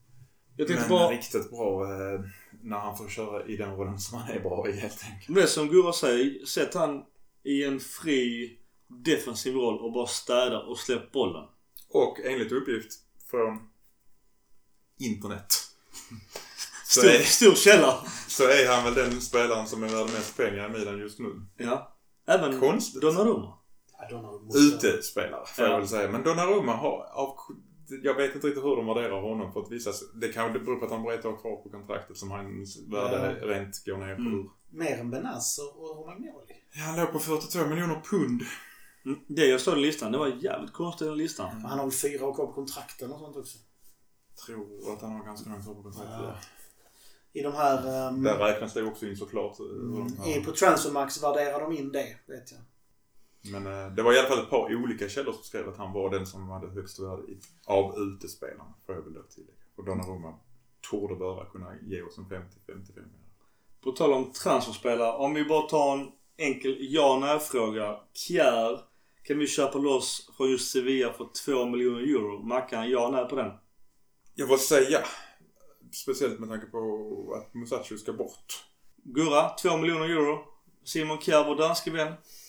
S2: riktigt bra när han får köra i den rollen som han är bra i helt enkelt.
S1: Det som Gura säger, sätt han i en fri defensiv roll och bara städa och släpp bollen.
S2: Och enligt uppgift från internet
S1: Stor källa.
S2: Så är han väl den spelaren som är värd mest pengar i Milan just nu.
S1: Ja. Även
S2: konstigt.
S1: Donnarumma.
S2: utespelare får jag väl säga. Men Donnarumma har jag vet inte riktigt hur de värderar honom för att visa. Det kan ju bero på att han bara är ett år kvar på kontraktet som hans värde rent går ner på.
S3: Mer än Benazzo och Romagnoli.
S2: Ja, han låg på 42 miljoner pund.
S1: Det jag såg i listan, det var jävligt konstigt i listan.
S3: Han har väl 4 år kvar på kontrakten och sånt också.
S2: Tror att han har ganska långt kvar på kontraktet.
S3: I de här...
S2: där räknas det också in såklart.
S3: På Transfermax värderar de in det, vet jag.
S2: Men det var i alla fall ett par olika källor som skrev att han var den som hade högst värde av utespelarna. Får jag väl då tillägga. Och Donnarumma torde bara kunna ge oss en 50-55.
S1: På tal om transferspelare, om vi bara tar en enkel ja-nej-fråga. Kjär, kan vi köpa loss från just Sevilla för 2 miljoner euro? Mackan, ja-nej på den?
S2: Jag vill säga, speciellt med tanke på att Musacho ska bort.
S1: Gurra, 2 miljoner euro. Simon Kjär, vår danske vän.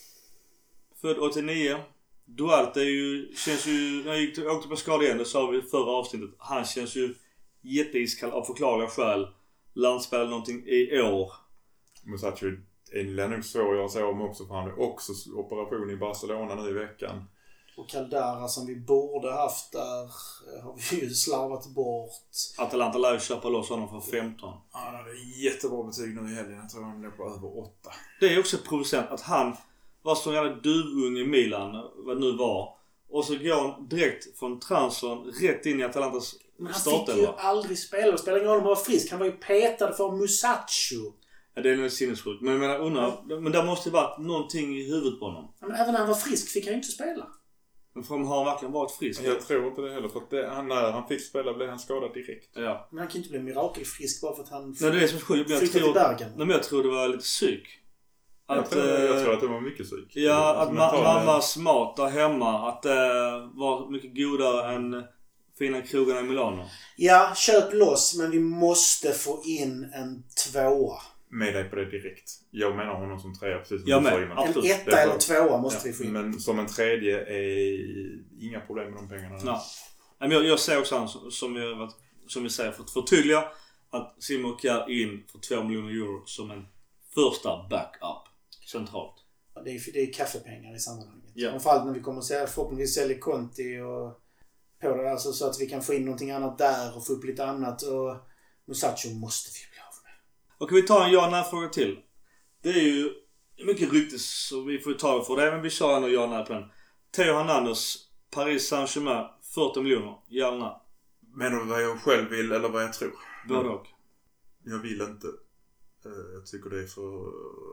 S1: Född 89. Duarte känns ju, när jag åkte på skada igen, det sa vi i förra avsnittet. Han känns ju jätteiskall av förklarliga skäl. Landspelar någonting i år.
S2: Musacho är nog svår att göra sig om också, för han är också operation i Barcelona nu i veckan.
S3: Och Caldara som vi borde haft där har vi ju slarvat bort.
S1: Atalanta lär ju köpa loss honom för 15.
S2: Ja, det är jättebra betyg nu i helgen. Jag tror han är på över 8.
S1: Det är också provocerande att han var så jävla duvung i Milan, vad det nu var. Och så går han direkt från transfern rätt in i Atalantas startelva.
S3: Han fick ju aldrig spela. Det spelar ingen roll om han var frisk. Han var ju petad för Musacho.
S1: Ja, det är nog sinnessjukt. Men jag menar, men där måste ju varit någonting i huvudet på honom.
S3: Ja, men även när han var frisk fick han ju inte spela.
S1: Men för har han verkligen varit frisk?
S2: Jag tror inte det heller. För att när han fick spela blev han skadad direkt.
S1: Ja.
S3: Men han kan inte bli mirakelfrisk bara för att han
S1: Nej, det är så sjukt.
S3: flyttade till Bergen.
S1: Men jag tror det var lite psyk.
S2: Jag tror att det var mycket psyk.
S1: Ja, att mammas mat där hemma, att det var mycket godare än fina krogarna i Milano.
S3: Ja, köp loss, men vi måste få in en 2.
S2: Med dig på det direkt. Jag menar honom som 3, precis som
S1: jag
S2: du sa
S1: med.
S2: innan.
S3: En 1 eller 2 måste vi få in.
S2: Men som en 3:e är inga problem med de pengarna.
S1: Nej. Men jag ser också han som vi säger för att förtydliga att Simon Kjær in för 2 miljoner euro som en första backup centralt.
S3: Ja, det är kaffepengar i sammanhanget.
S1: Ja.
S3: Framförallt när vi kommer att säga förhoppningsvis säljer Conti och på det, alltså, så att vi kan få in någonting annat där och få upp lite annat. Och Musacho måste vi bli av med.
S1: Och vi tar en ja-nej-fråga till. Det är ju mycket ryktes så vi får ta för det, men vi kör ändå ja-nej på den. Theo Hernandez, Paris Saint-Germain, 40 miljoner. Ja-nej.
S2: Men vad jag själv vill eller vad jag tror?
S1: Både och. Jag
S2: vill inte. Jag tycker det är för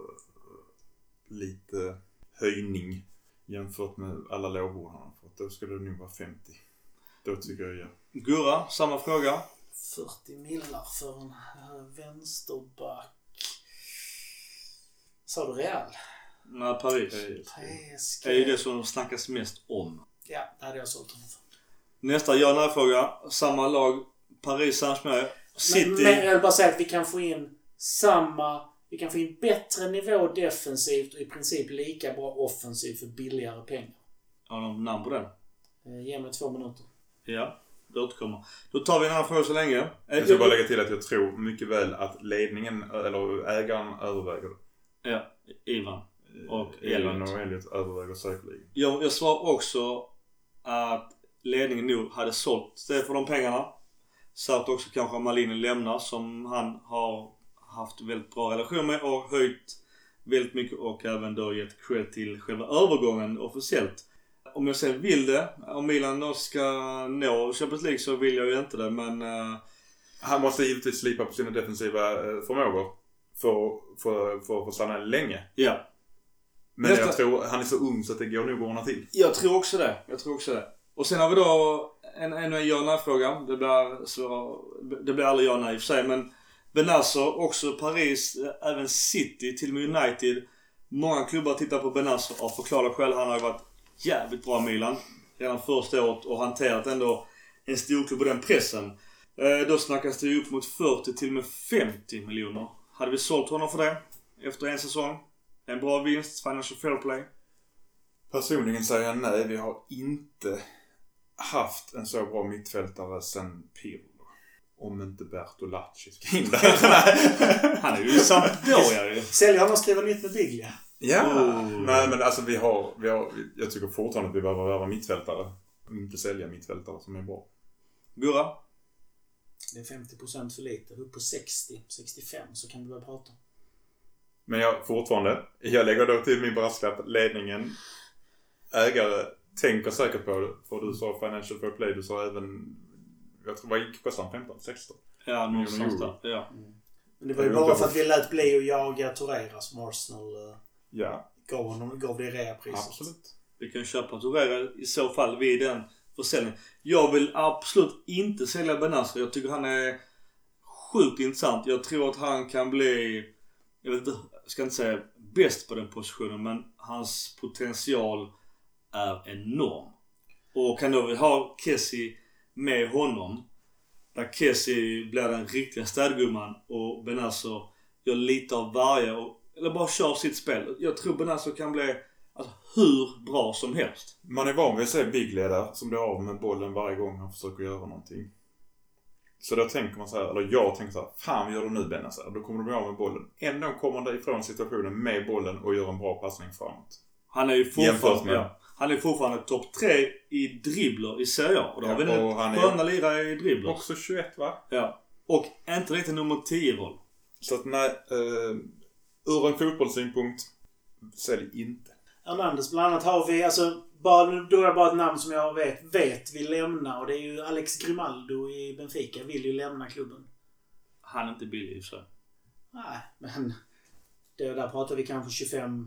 S2: lite höjning jämfört med alla lovord han har fått. Då skulle det nog vara 50. Då tycker jag ja.
S1: Gurra, samma fråga.
S3: 40 millar för en vänsterback. Sa du Real?
S1: Nej, Paris.
S3: PSG.
S1: Det är ju det som snackas mest om.
S3: Ja, det hade jag sålt honom för.
S1: Nästa ja-nej-fråga. Samma lag. Paris Saint-Germain. City.
S3: Men jag vill bara säga att vi kan få in vi kan få in bättre nivå defensivt och i princip lika bra offensivt för billigare pengar.
S1: Har de namn på den?
S3: Ge mig 2 minuter.
S1: Ja, det återkommer. Då tar vi en annan fråga så länge.
S2: Jag ska bara lägga till att jag tror mycket väl att ledningen eller ägaren överväger det.
S1: Ja, Ivan och
S2: Elliot överväger säkerligen.
S1: Jag svarar också att ledningen nog hade sålt det för de pengarna. Så att också kanske Malinen lämnar som han har haft väldigt bra relation med och höjt väldigt mycket och även då gett cred till själva övergången officiellt. Om jag sen vill det, om Milan då ska nå Champions League så vill jag ju inte det, men
S2: han måste givetvis slipa på sina defensiva förmågor för att stanna länge.
S1: Ja.
S2: Men jag tror han är så ung så att det går nog ordna till.
S1: Jag tror också det. Och sen har vi då en ja-nej-fråga. Det blir aldrig ja-nej i och för sig, men Benazzo, också Paris, även City, till och med United. Många klubbar tittar på Benazzo och förklarar själv. Han har ju varit jävligt bra i Milan redan första året och hanterat ändå en storklubb på den pressen. Då snackas det ju upp mot 40 till och med 50 miljoner. Hade vi sålt honom för det efter en säsong? En bra vinst, financial fair play?
S2: Personligen säger jag nej. Vi har inte haft en så bra mittfältare sen Pirlo. Om inte Bertolacci ska in där.
S1: Han är ju Sampdoria.
S3: Säljer han och skriver nytt med Biglia.
S2: Nej men alltså vi har, jag tycker fortfarande att vi behöver värva mittfältare. Och inte sälja mittfältare som är bra.
S1: Gurra?
S3: Det är 50% för lite. Upp på 60-65 så kan vi börja prata.
S2: Men jag lägger då till min brasklapp. Ledningen, ägare tänker säkert på det. För du sa Financial Fair Play, du sa även, jag tror vad kostar 15-16.
S1: Ja, någonstans där. Ja.
S3: Men det var ju bara för att vi lät bli att jaga Torreira som Arsenal gav det reapriset.
S2: Absolut.
S1: Vi kan köpa Torreira i så fall vid den försäljningen. Jag vill absolut inte sälja Benasser. Jag tycker han är sjukt intressant. Jag tror att han kan bli, jag ska inte säga bäst på den positionen, men hans potential är enorm. Och kan då ha Kessie med honom, där Kessie blir den riktiga städgumman och Benasser gör lite av varje eller bara kör sitt spel. Jag tror Benasser kan bli hur bra som helst.
S2: Man är van vid att se Big-ledare som blir av med bollen varje gång han försöker göra någonting. Så då tänker man så här, eller jag tänker så här, fan vad gör du nu Benasser? Då kommer du bli av med bollen. Ändå kommer han ifrån situationen med bollen och gör en bra passning framåt.
S1: Han är ju fortfarande topp 3 i dribbler i Serie A. Och då har vi nu sköna lirare i dribbler.
S2: Också 21 va?
S1: Ja. Och inte riktigt nummer 10-roll.
S2: Så att nej, ur en fotbollssynpunkt sälj inte.
S3: Hernandez bland annat har vi, då är det bara ett namn som jag vet vill lämna, och det är ju Alex Grimaldo i Benfica vill ju lämna klubben.
S1: Han är inte billig i sig.
S3: Nej, men där pratar vi kanske 25-30.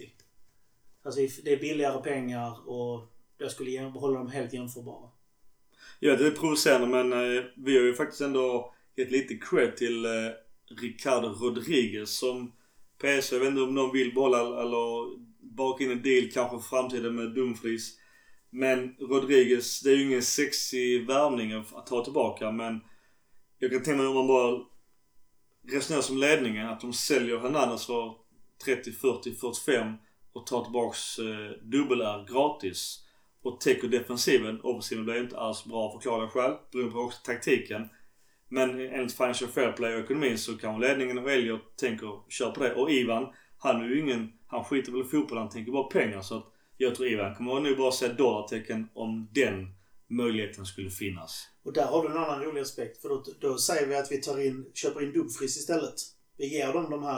S3: Alltså det är billigare pengar och jag skulle hålla dem helt jämförbara.
S1: Ja, det är provocerande, men vi har ju faktiskt ändå gett lite cred till Ricardo Rodriguez som PS, jag vet inte om någon vill bolla eller baka in en deal kanske framtiden med Dumfries. Men Rodriguez, det är ju ingen sexig värvning att ta tillbaka, men jag kan tänka mig om man bara resonerar som ledningen att de säljer Hernandez för 30, 40, 45 och tar tillbaks dubbel-R gratis och täcker defensiven. Offensiven blir inte alls bra att förklara själv, beroende på också taktiken. Men enligt Financial Fair Play och ekonomin så kan ledningen och Elliot tänker köra på det. Och Ivan, han är ju han skiter väl i fotboll, han tänker bara pengar. Så att jag tror Ivan kommer nu bara se dollartecken om den möjligheten skulle finnas.
S3: Och där har du en annan rolig aspekt. För då säger vi att vi köper in Dumfries istället. Vi ger dem de här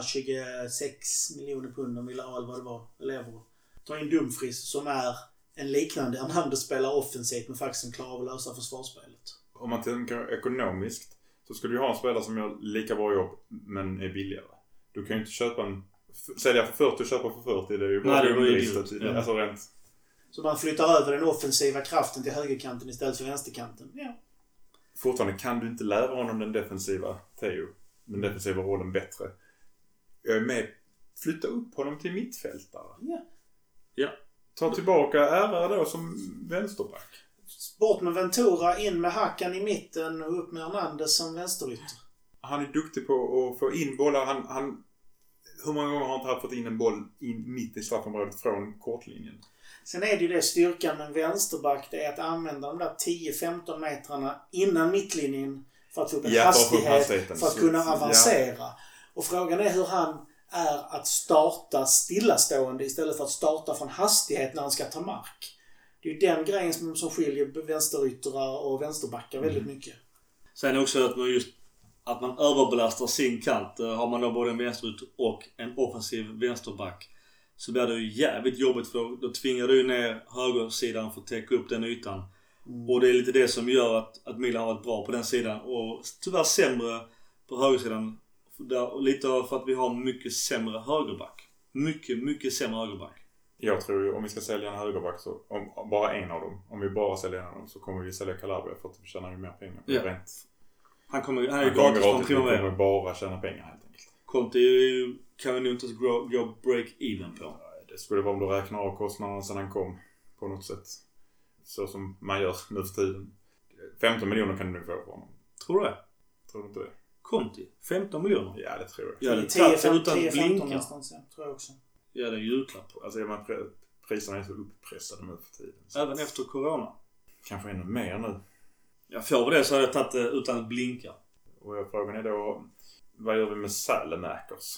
S3: 26 miljoner pund om vi eller vad det var, eller euro. Tar in Dumfries som är en liknande Hernandez spelar offensivt men faktiskt klarar av att lösa försvarsspelet.
S2: Om man tänker ekonomiskt så skulle du ha en spelare som gör lika bra jobb men är billigare. Du kan ju inte sälja för 40 och köpa för 40. Det är ju bara alltså rent.
S3: Så man flyttar över den offensiva kraften till högerkanten istället för vänsterkanten. Ja.
S2: Fortfarande kan du inte lära honom den defensiva rollen bättre. Jag är med. Flytta upp honom till mittfältare.
S1: Ja.
S2: Ta tillbaka RR då som vänsterback.
S3: Bort med Ventura, in med Hakan i mitten och upp med Hernandez som vänsterytter.
S2: Han är duktig på att få in bollar. Han hur många gånger har han inte fått in en boll in mitt i straffområdet från kortlinjen?
S3: Sen är det ju det styrkan med en vänsterback, det är att använda de där 10-15 metrarna innan mittlinjen för att få upp en hastighet för att kunna avancera. Ja. Och frågan är hur han är att starta stillastående istället för att starta från hastighet när han ska ta mark. Det är ju den grejen som skiljer vänsteryttrar och vänsterbackar väldigt mycket.
S1: Sen också att man överbelastar sin kant. Har man då både en vänsterytter och en offensiv vänsterback så blir det ju jävligt jobbigt, för då tvingar du ner högersidan för att täcka upp den ytan. Och det är lite det som gör att Milan har varit bra på den sidan och tyvärr sämre på högersidan. Lite för att vi har mycket sämre högerback. Mycket sämre högerback.
S2: Jag tror ju om vi ska sälja en högerback så om bara en av dem. Om vi bara säljer en av dem så kommer vi sälja Calabria för att vi tjänar ju mer pengar.
S1: Ja.
S2: Rent.
S1: Han är ju gratis från Primavera.
S2: Vi kommer bara tjäna pengar helt enkelt.
S1: Conte kan vi nu inte gå break-even på.
S2: Det skulle vara om du räknar av kostnaderna sedan han kom på något sätt. Så som man gör nu för tiden. 15 miljoner kan du nu få på honom.
S1: Tror du det?
S2: Tror du inte det?
S1: Conte? 15 miljoner?
S2: Ja, det tror jag.
S1: Ja, det 10-15
S3: någonstans, tror jag också.
S1: Ja, det är julklapp.
S2: Alltså priserna är så uppressade nu för tiden.
S1: Så. Även efter corona.
S2: Kanske ännu mer nu.
S1: Jag får det så hade jag tagit det utan att blinka.
S2: Och frågan är då, vad gör vi med Sälenäkers?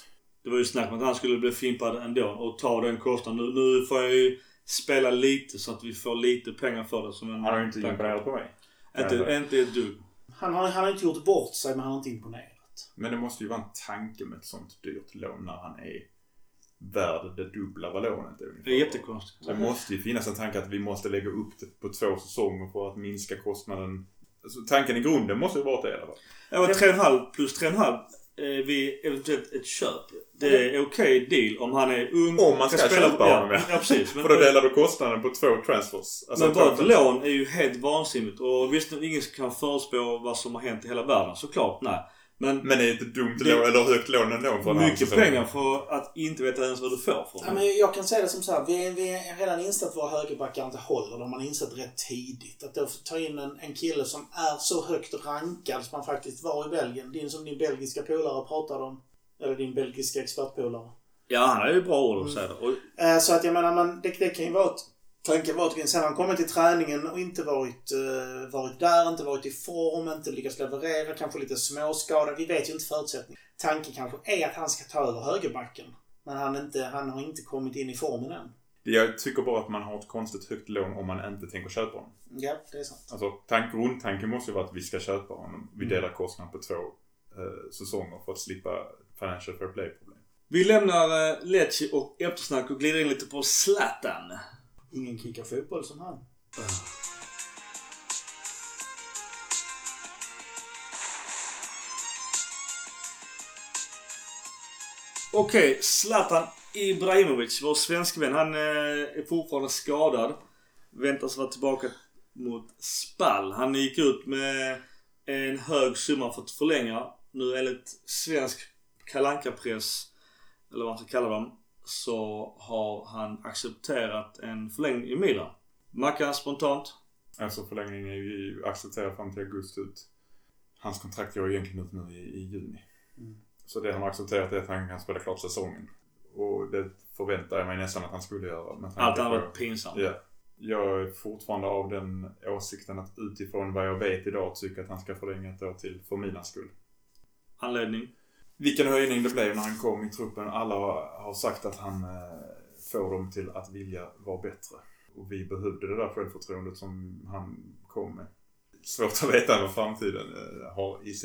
S1: Det var ju snack om att han skulle bli fimpad ändå och ta den kostnaden. Nu får jag ju spela lite så att vi får lite pengar för det. Som en
S2: han har ju inte imponerat på mig.
S1: Inte ett dugg.
S3: Han har inte gjort bort sig, men han har inte imponerat.
S2: Men det måste ju vara en tanke med ett sånt dyrt lån när han är värd det dubbla av lånet.
S1: Det är jättekonstigt.
S2: Det måste ju finnas en tanke att vi måste lägga upp det på 2 säsonger för att minska kostnaden. Alltså, tanken i grunden måste ju vara det i alla fall.
S1: Jag var 3,5 plus 3,5 vid eventuellt ett köp. Det är okej deal om han är ung.
S2: Om man ska köpa honom,
S1: ja, precis. Men,
S2: för då delar du kostnaden på 2 transfers. Alltså
S1: men bara ett lån är ju helt vansinnigt. Och visst, ingen kan förutspå vad som har hänt i hela världen. Såklart, nej. Men
S2: är det inte dumt lån eller högt lån ändå? För
S1: mycket pengar för att inte veta ens vad du får för.
S3: Ja, men jag kan säga det som så här. Vi är redan insett att våra högerbackar inte håller. De har insett rätt tidigt. Att då ta in en kille som är så högt rankad som man faktiskt var i Belgien. Som din belgiska polare pratade om. Eller din belgiska expertpolare.
S1: Ja, han är ju bra ord att säga det.
S3: Så att jag menar, det kan ju vara tanken var att sen han kommit till träningen och inte varit där, inte varit i form, inte lyckats leverera, kanske lite småskada. Vi vet ju inte förutsättningar. Tanken kanske är att han ska ta över högerbacken. Men han har inte kommit in i formen än.
S2: Jag tycker bara att man har ett konstigt högt lån om man inte tänker köpa honom.
S3: Ja, det är sant.
S2: Alltså, grundtanken måste ju vara att vi ska köpa honom. Vi delar kostnaden på 2 säsonger för att slippa financial fair play-problem.
S1: Vi lämnar Lecce och eftersnack och glider in lite på Zlatan.
S3: Ingen kickar fotboll som han.
S1: Okej, Zlatan Ibrahimovic, vår svensk vän. Han är fortfarande skadad. Väntas vara tillbaka mot Spal. Han gick ut med en hög summa för att förlänga. Nu enligt svensk Kalanka-press, eller vad man ska kalla dem, så har han accepterat en förlängning i Milan. Mackan spontant?
S2: Alltså förlängningen är ju accepterad fram till augusti ut. Hans kontrakt går egentligen ut nu i juni. Så det han har accepterat är att han kan spela klart säsongen. Och det förväntar jag mig nästan att han skulle göra.
S1: Allt annat var pinsamt.
S2: Ja. Jag är fortfarande av den åsikten att utifrån vad jag vet idag tycker att han ska förlänga ett år till för mina skull.
S1: Anledning?
S2: Vilken höjning det blev när han kom i truppen. Alla har sagt att han får dem till att vilja vara bättre. Och vi behövde det där självförtroendet som han kom med. Svårt att veta vad framtiden har i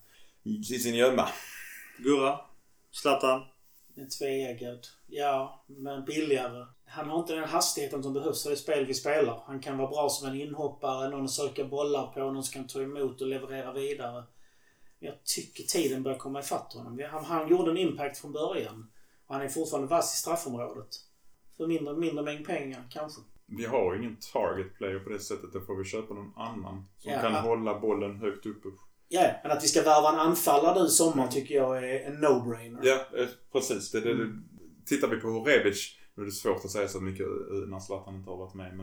S2: sin gömma.
S1: Gurra? Zlatan?
S3: En tveeggad. Ja, men billigare. Han har inte den hastigheten som behövs för det spel vi spelar. Han kan vara bra som en inhoppare, någon att söka bollar på, någon som kan ta emot och leverera vidare. Jag tycker tiden börjar komma ifatt honom. Han gjorde en impact från början. Och han är fortfarande vass i straffområdet. För mindre mängd pengar, kanske.
S2: Vi har ju ingen target player på det sättet. Då får vi köpa någon annan som kan hålla bollen högt uppe.
S3: Ja, men att vi ska värva en anfallare nu i sommar tycker jag är en no-brainer.
S2: Ja, precis. Tittar vi på Rebic, nu är det svårt att säga så mycket när Zlatan inte har varit med.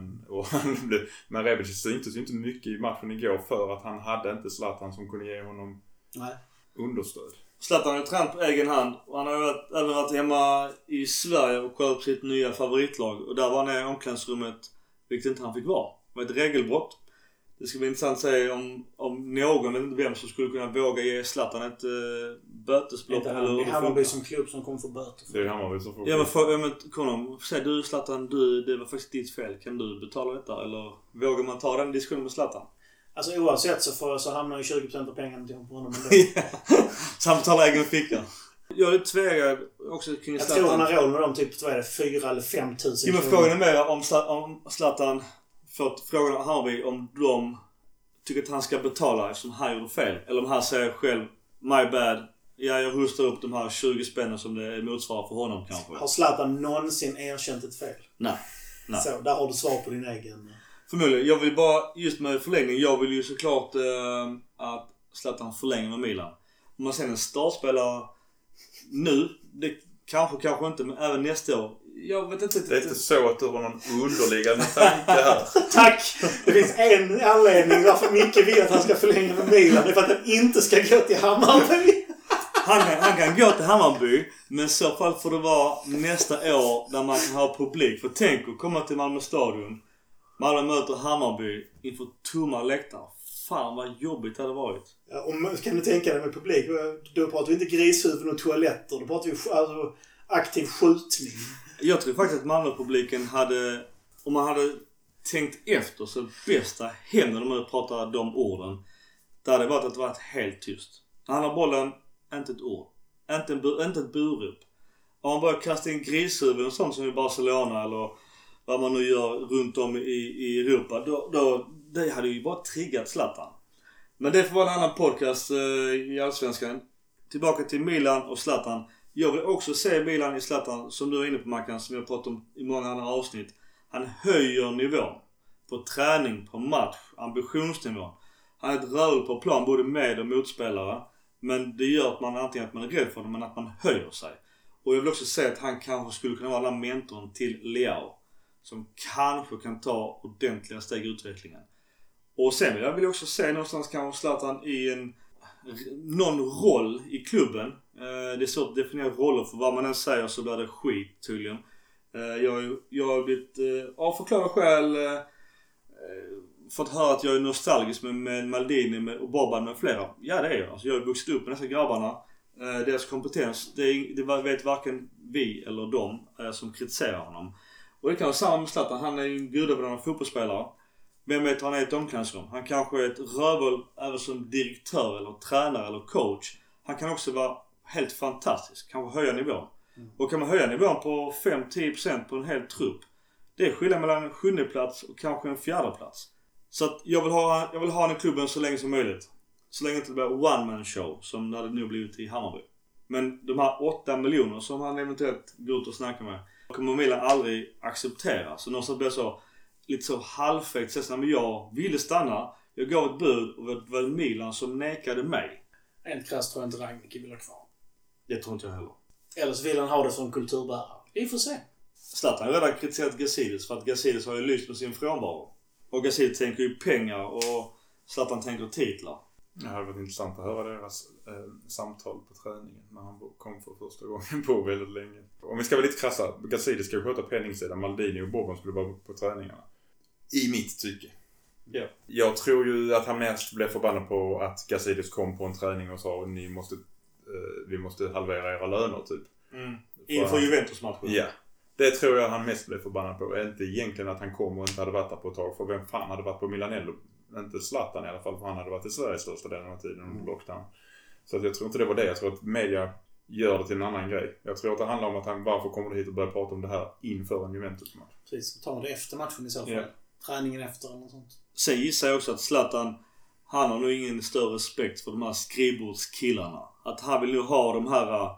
S2: Men Rebic syntes ju inte mycket i matchen igår för att han hade inte Zlatan som kunde ge honom understöd.
S1: Zlatan har ju tränat på egen hand och han har även varit hemma i Sverige och kollat på sitt nya favoritlag. Och där var han i omklädningsrummet, vilket inte han fick vara. Det var ett regelbrott. Det ska bli intressant att säga om någon, men vem som skulle kunna våga ge Zlatan ett bötesbelopp.
S3: Det är Hammarby som klubb som kommer få böter.
S2: Det är Hammarby som får.
S1: Ja, men kom säg du Zlatan, det var faktiskt ditt fel. Kan du betala detta? Eller vågar man ta den diskussionen med Zlatan?
S3: Alltså oavsett så hamnar ju 20% av pengarna till honom ändå.
S1: Så han betalar egen ficka. Jag är tveggad också kring Zlatan.
S3: Jag tror han har råd med dem typ 4 eller 5 000.
S1: Ja, men frågan är mer om Zlatan fått frågan av Hammarby om de tycker att han ska betala eftersom han gjorde fel. Eller om han säger själv, my bad. Ja, jag hostar upp de här 20 spännen som det motsvarar för honom kanske.
S3: Har Zlatan någonsin erkänt ett fel?
S1: Nej.
S3: Så, där har du svar på din egen.
S1: Förmodligen. Jag vill bara, just med förlängning, jag vill ju såklart att Zlatan förlänger med Milan. Om man sen en startspelare nu, det kanske inte, men även nästa år. Jag vet inte.
S2: Det är inte så att du har någon underliggande tanke här.
S3: Tack! Det finns en anledning varför Micke vill att han ska förlänga med Milan. Det är för att han inte ska gå till Hammarby.
S1: Han kan gå till Hammarby, men i så fall får det vara nästa år där man kan ha publik. För tänk att komma till Malmö stadion. Malmö möter Hammarby inför tomma läktare. fan vad jobbigt det hade varit.
S3: Ja, kan du tänka dig med publik? Då pratar vi inte grishuvuden och toaletter. Då pratar vi alltså aktiv skjutning.
S1: Jag tror faktiskt att Malmö-publiken hade, om man hade tänkt efter, så bästa händer när man pratar de orden, det hade varit att det varit helt tyst. När han har bollen, inte ett ord. Inte ett burop. Om man börjar kasta in grishuvuden och sånt som i Barcelona eller vad man nu gör runt om i Europa, då det hade ju bara triggat Zlatan. Men det får vara en annan podcast i Allsvenskan. Tillbaka till Milan och Zlatan. Jag vill också se Milan i Zlatan, som du är inne på, Mackan, som jag pratat om i många andra avsnitt. Han höjer nivån på träning, på match, ambitionsnivån. Han är ett rörel på plan både med och motspelare. Men det gör att man antingen att man är rädd för det, men att man höjer sig. Och jag vill också säga att han kanske skulle kunna vara den mentorn till Leao, som kanske kan ta ordentliga steg i utvecklingen. Och sen jag vill också se någonstans kanske Zlatan i någon roll i klubben. Det är svårt att definiera roller, för vad man än säger så blir det skit tydligen. Jag har blivit av förklarade skäl fått höra att jag är nostalgisk med Maldini och Boban med flera. Ja, det är jag. Alltså, jag har vuxit upp med dessa grabbarna. Deras kompetens, det vet varken vi eller de som kritiserar honom. Och det kan vara samma med Zlatan. Han är ju en gudavärderande fotbollsspelare. Vem vet han är ett omklädningsrum? Han kanske är ett rövöl även som direktör eller tränare eller coach. Han kan också vara helt fantastisk. Kanske höja nivån. Och kan man höja nivån på 5-10% på en hel trupp, det är skillnad mellan en 7:e plats och kanske en 4:e plats. Så att jag vill ha den i klubben så länge som möjligt. Så länge det inte blir one-man show som det hade nu blivit i Hammarby. Men de här 8 miljoner som han eventuellt går ut och snackar med kommer Milan aldrig acceptera. Så någonstans blir det så lite så halvfäkt. Så när jag ville stanna, jag gav ett bud och det var Milan som nekade mig.
S3: En krasst tror jag inte Rangnick vill ha kvar.
S1: Det tror inte jag heller.
S3: Eller så vill han ha det som kulturbärare. Vi får se.
S1: Zlatan har redan kritiserat Gazidis för att Gazidis har ju lyst med sin frånvaro. Och Gazidis tänker ju pengar och Zlatan tänker titlar.
S2: Det hade varit intressant att höra deras samtal på träningen när han kom för första gången på väldigt länge. Om vi ska vara lite krassa, Gazidis ska ju sköta penningsidan, Maldini och Boban skulle vara på träningarna. I mitt tycke.
S1: Yeah.
S2: Jag tror ju att han mest blev förbannad på att Gazidis kom på en träning och sa vi måste halvera era löner typ.
S1: Inför Juventus-matchen.
S2: Ja. Det tror jag han mest blev förbannad på. Inte egentligen att han kom och inte hade varit där på ett tag. För vem fan hade varit på Milanello? Inte Zlatan i alla fall. För han hade varit i Sverige största delen av tiden under lockdown. Så att jag tror inte det var det. Jag tror att media gör det till en annan grej. Jag tror att det handlar om att han varför kommer hit och börjar prata om det här inför en Juventus-match.
S3: Precis, ta det efter matchen i så fall. Yeah. Träningen efter eller något sånt.
S1: Sen gissar jag också att Zlatan, han har nog ingen större respekt för de här skrivbordskillarna. Att han vill nu ha de här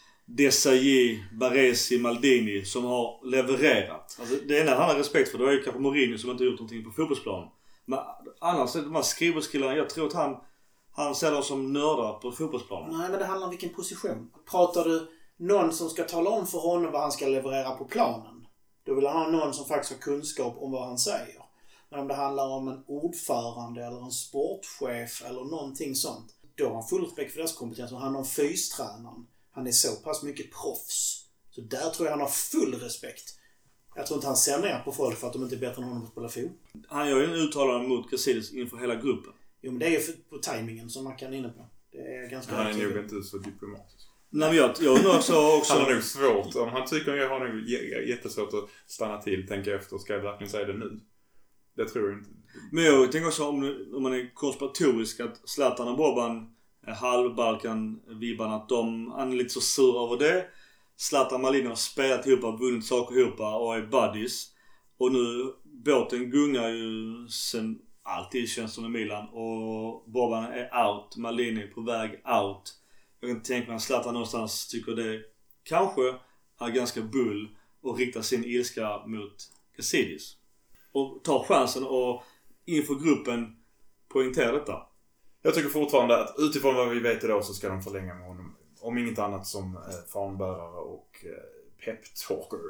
S1: Desailly, Baresi, Maldini som har levererat. Alltså, det enda han har respekt för, då är ju kanske Mourinho som inte gjort någonting på fotbollsplanen. Men annars är de här skrivbordskillarna, jag tror att han ser dem som nördar på fotbollsplanen.
S3: Nej, men det handlar om vilken position. Pratar du någon som ska tala om för honom vad han ska leverera på planen, då vill han ha någon som faktiskt har kunskap om vad han säger. Men om det handlar om en ordförande eller en sportchef eller någonting sånt, då har han full respekt för deras kompetens. Och han har fystränaren. Han är så pass mycket proffs. Så där tror jag han har full respekt. Jag tror inte han ser ner på folk för att de inte är bättre än honom att spela fotboll.
S1: Han gör ju en uttalande mot Gazidis inför hela gruppen.
S3: Jo, men det är ju på tajmingen som man kan inne på. Det är ganska
S2: han är nog inte så diplomatisk.
S1: Nej, men jag undrar också...
S2: Han har nog svårt. Om han tycker jag har nog jättesvårt att stanna till, tänka efter. Ska jag verkligen säga det nu? Det tror jag inte.
S1: Men jag tänker också om man är konspiratorisk att Zlatan och Boban är halvbalkan-vibban, att han är lite så sur över det. Zlatan Maldini har spelat ihop, vunnit saker ihop och är buddies. Och nu, båten gungar ju sen alltid, känns som i Milan. Och Boban är out, Maldini är på väg out. Jag kan tänka mig att Zlatan någonstans tycker det kanske är ganska bull och riktar sin ilska mot Gazidis. Och tar chansen och inför gruppen poängtera detta.
S2: Jag tycker fortfarande att utifrån vad vi vet idag så ska de förlänga med honom. Om inget annat som fanbärare och pep-talker.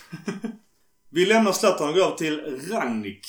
S1: Vi lämnar Zlatan och går över till Rangnick.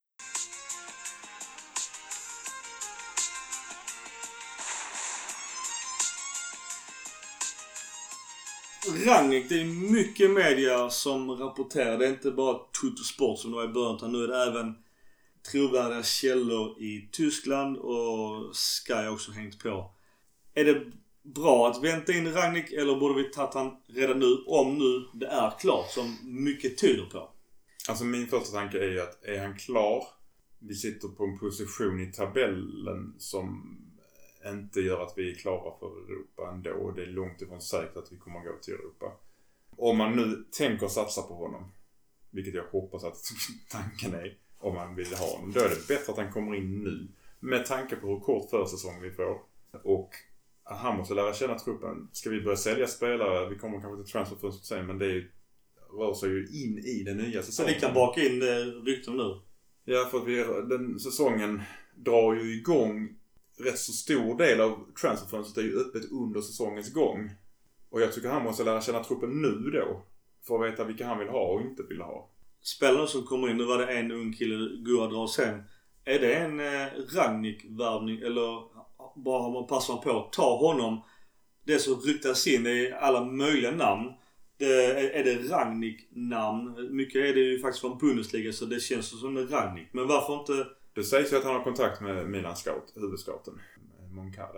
S1: Rangnick, det är mycket media som rapporterar. Det är inte bara Tuttosport som då är i början, utan nu är det även trovärdiga källor i Tyskland och Sky också hängt på. Är det bra att vänta in Rangnick eller borde vi ta han redan nu, om nu det är klart, som mycket tyder på?
S2: Alltså min första tanke är ju att är han klar, vi sitter på en position i tabellen som inte gör att vi är klara för Europa ändå. Det är långt ifrån säkert att vi kommer att gå till Europa. Om man nu tänker satsa på honom, vilket jag hoppas att tanken är, om man vill ha honom, då är det bättre att han kommer in nu. Med tanke på hur kort försäsong vi får. Och han måste lära känna truppen. Ska vi börja sälja spelare? Vi kommer kanske till transferfönstret sen, men det rör sig ju in i den nya säsongen.
S1: Vi kan baka in rykten nu.
S2: Ja, för att den säsongen drar ju igång. Rätt så stor del av transferfönstret är ju öppet under säsongens gång. Och jag tycker han måste lära känna truppen nu då. För att veta vilka han vill ha och inte vill ha.
S1: Spelarna som kommer in, nu var det en ung kille, Gura dras hem. Är det en Rangnick-värvning eller bara har man passat på att ta honom? Det som ryktas in är alla möjliga namn. Är det Rangnick-namn? Mycket är det ju faktiskt från Bundesliga, så det känns som en Rangnick. Men varför inte...
S2: Det sägs ju att han har kontakt med Milan Scout, huvudscouten, Moncada.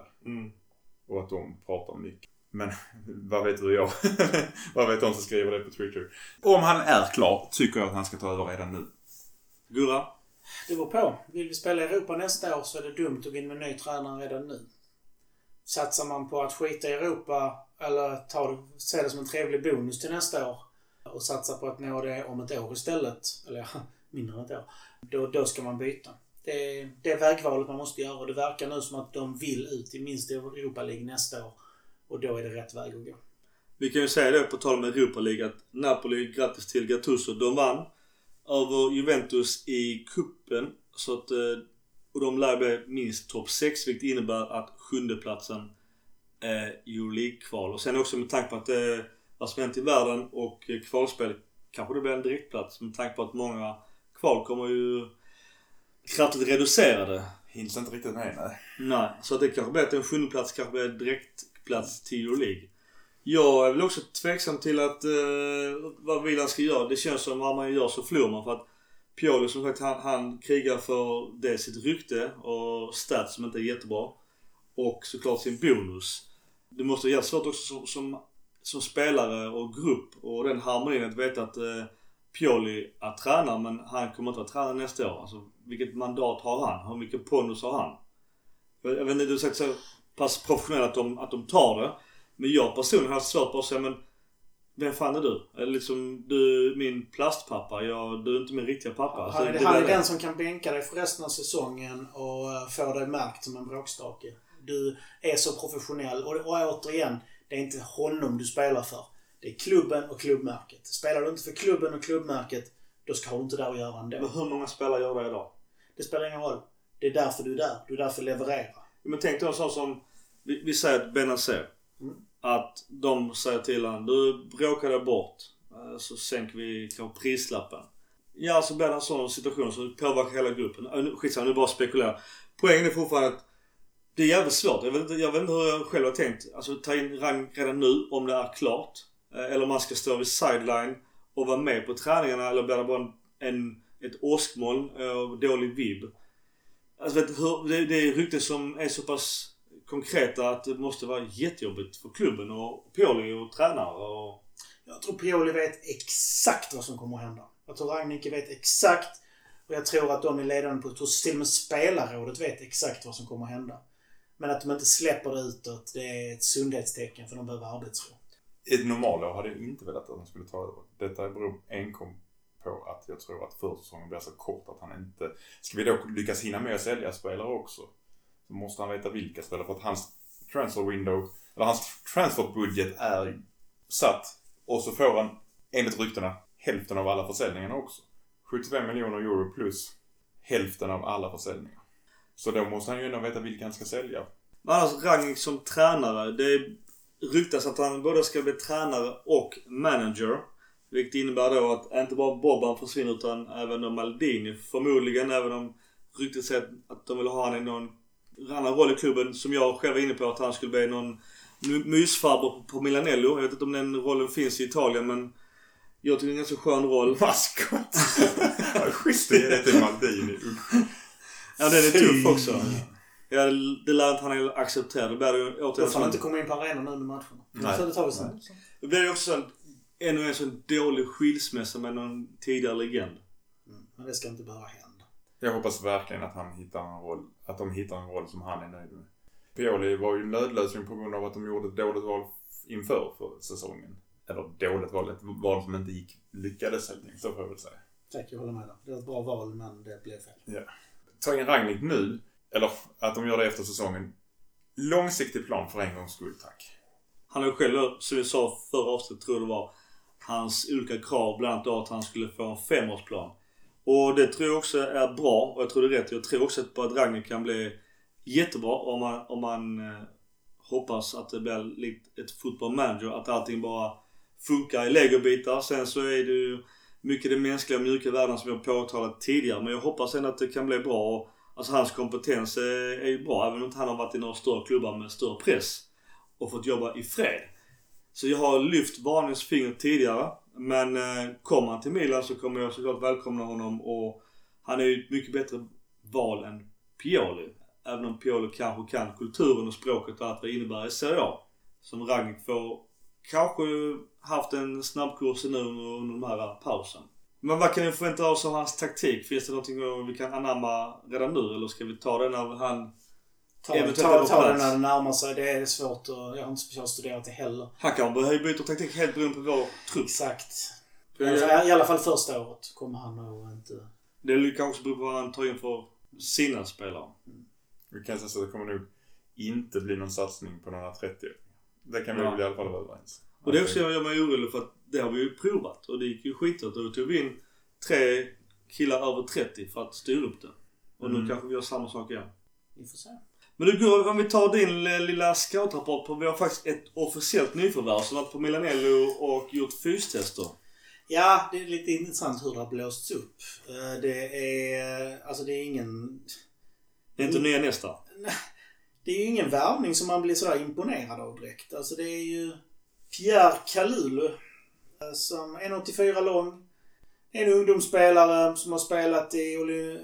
S2: Och att de pratar om mycket. Men vad vet du jag? Vad vet de som skriver det på Twitter? Om han är klar tycker jag att han ska ta över redan nu.
S1: Gurra?
S3: Det går på. Vill vi spela i Europa nästa år så är det dumt att gå in med ny tränare redan nu. Satsar man på att skita i Europa eller se det som en trevlig bonus till nästa år och satsa på att nå det om ett år istället, eller mindre än ett år, då ska man byta. Det är vägvalet man måste göra och det verkar nu som att de vill ut i minst Europa League nästa år och då är det rätt väg att gå.
S1: Vi kan ju säga det på tal med Europa League att Napoli, grattis till Gattuso, de vann över Juventus i kuppen så att och de lär bli minst topp 6, vilket innebär att 7:e platsen är Euroleague-kval. Och sen också med tanke på att vad som hänt i världen och kvalspel kanske det blir en direktplats med tanke på att många kval kommer ju kraftigt reducerade.
S2: Hinns inte riktigt med,
S1: Nej, så att det kanske blir att en 7:e plats kanske blir en direktplats till Euroleague. Jag är väl också tveksam till att vad Milan ska göra. Det känns som vad man gör så förlorar man, för att Pioli som sagt han krigar för det sitt rykte och stats som inte är jättebra och såklart sin bonus. Det måste vara svårt också som spelare och grupp och den harmonin att veta att Pioli är tränare men han kommer inte att träna nästa år. Alltså vilket mandat har han? Hur mycket pondus har han? Jag vet inte, du har sagt så pass professionellt att de tar det. Men jag personligen har haft svårt på att säga, men vem fan är du? Eller liksom, du är min plastpappa. Du är inte min riktiga pappa. Alltså,
S3: Han är den som kan bänka dig för resten av säsongen och få dig märkt som en bråkstake. Du är så professionell. Och återigen, det är inte honom du spelar för. Det är klubben och klubbmärket. Spelar du inte för klubben och klubbmärket, då ska du inte där att göra ändå.
S1: Men hur många spelare gör det idag?
S3: Det spelar ingen roll. Det är därför du är där. Du är därför leverera.
S1: Men tänk dig en sån som, vi säger att Benazer. Att de säger till han, du bråkar dig bort, så sänker vi kanske prislappen. Ja, så blir det en sån situation som påverkar hela gruppen. Skitsamma, nu bara spekulerar. Poängen är fortfarande att det är jävligt svårt. Jag vet inte hur jag själv har tänkt. Alltså ta in Rangnick redan nu om det är klart. Eller om man ska stå vid sideline och vara med på träningarna. Eller blir det bara ett åskmoln och dålig vibb. Alltså vet du, det är rykten som är så pass konkreta att det måste vara jättejobbigt för klubben och Pioli och tränare och...
S3: Jag tror Pioli vet exakt vad som kommer att hända. Jag tror Rangnick vet exakt och jag tror att de är ledande på till och med spelarrådet vet exakt vad som kommer att hända. Men att de inte släpper det utåt, det är ett sundhetstecken för de behöver arbetsro.
S2: Ett normalår hade jag inte velat att han skulle ta över. Detta beror enkom på att jag tror att försäsongen blir så kort att han inte... Ska vi då lyckas hinna med att sälja spelare också? Så måste han veta vilka spelare, för att hans transfer window eller hans transferbudget är satt och så får han enligt ryktena hälften av alla försäljningarna också. 75 miljoner euro plus hälften av alla försäljningar. Så då måste han ju ändå veta vilka han ska sälja.
S1: Men annars Rangnick som tränare, det ryktas att han både ska bli tränare och manager. Vilket innebär då att inte bara Boban försvinner utan även om Maldini förmodligen, även om ryktet säger att de vill ha han i någon annan roll i klubben, som jag själv är inne på att han skulle bli någon mysfarbror på Milanello. Jag vet inte om den rollen finns i Italien, men Jag tycker det är en ganska skön roll.
S2: Maskot. Ja, schysst att ge det till Maldini.
S1: Ja, den är tuff också. Ja, det lär inte han acceptera. Det blir ju
S3: återigen. Då får han inte komma in på arenan nu med matcherna.
S2: Nej.
S3: Så det tar vi sen.
S1: Det blir ju också ännu en sån dålig skilsmässa med någon tidigare legend.
S3: Men det ska inte behöva hända.
S2: Jag hoppas verkligen att han hittar en roll. Att de hittar en roll som han är nöjd med. Pioli var ju nödlösning på grund av att de gjorde ett dåligt val inför för säsongen. Eller dåligt val, ett val som inte lyckades helt enkelt, så får jag väl säga.
S3: Tack, jag håller med dig. Det var ett bra val, men det blev fel.
S2: Ja. Ta in Rangnick nu, eller att de gör det efter säsongen. Långsiktig plan för en gångs skull, tack.
S1: Han har ju själv, som vi sa förra avsnittet, tror det var hans olika krav, bland annat då att han skulle få en 5-årsplan. Och det tror jag också är bra, och jag tror det är rätt. Jag tror också att Rangnick kan bli jättebra om man hoppas att det blir likt ett football manager, att allting bara funkar i legobitar. Sen så är det ju mycket det mänskliga och mjuka värden som jag påtalat tidigare, men jag hoppas ändå att det kan bli bra. Och, alltså hans kompetens är ju bra, även om inte han har varit i några större klubbar med större press och fått jobba i fred. Så jag har lyft varningens finger tidigare, men kommer han till Milan så kommer jag såklart välkomna honom, och han är ju ett mycket bättre val än Pioli. Även om Pioli kanske kan kulturen och språket och allt vad det innebär i Serie A. Som Rangnick får kanske haft en snabbkurs nu under den här pausen. Men vad kan vi förvänta oss av hans taktik? Finns det någonting vi kan anamma redan nu? Eller ska vi ta den när han
S3: Ta den när det närmar sig. Det är svårt och jag har inte specialstuderat det heller.
S1: Han kan behöva byta taktik helt beroende på vår trupp.
S3: Exakt. I alla fall första året kommer han nog inte...
S1: Det kan också bero på vad han tar in för sina spelare.
S2: Vi kan säga så att det kommer nog inte bli någon satsning på några 30. Det kan vi väl i alla fall vara överens.
S1: Och det är också jag är orolig för, att det har vi ju provat. Och det gick ju skitåt. Och då tog vi in 3 killar över 30 för att styra upp det. Och nu kanske vi gör samma sak igen.
S3: Vi får se.
S1: Men du går, om vi tar din lilla scoutrapport på, vi har faktiskt ett officiellt nyförvärv som varit på Milanello och gjort fystester.
S3: Ja, det är lite intressant hur det har blåsts upp. Det är ingen...
S1: Det är inte nya nästa.
S3: Det är ju ingen värvning som man blir sådär imponerad av direkt. Alltså det är ju Pierre Kalulu som är 1,84 lång. En ungdomsspelare som har spelat i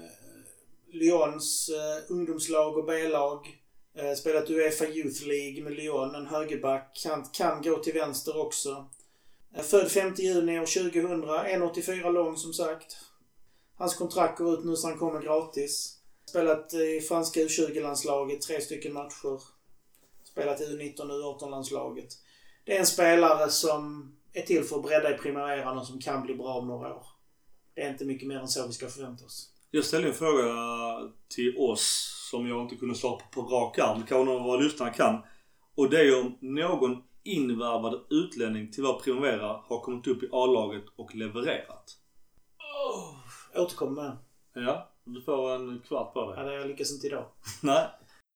S3: Lyons ungdomslag och B-lag. Spelat UEFA Youth League med Lyon, en högerback. Han kan gå till vänster också. Född 5 juni år 2000, 1,84 lång som sagt. Hans kontrakt går ut nu så han kommer gratis. Spelat i franska U20-landslaget 3 stycken matcher. Spelat i U19 och U18-landslaget. Det är en spelare som är till för att bredda i primären och som kan bli bra om några år. Det är inte mycket mer än så vi ska förvänta oss.
S1: Jag ställde en fråga till oss som jag inte kunde svara på rak arm. Det kan någon av våra lyssnare kan. Och det är om någon invärvad utlänning till vår primavera har kommit upp i A-laget och levererat.
S3: Återkom med.
S1: Ja, du får en kvart på det.
S3: Ja, det lyckas inte idag.
S1: Nej.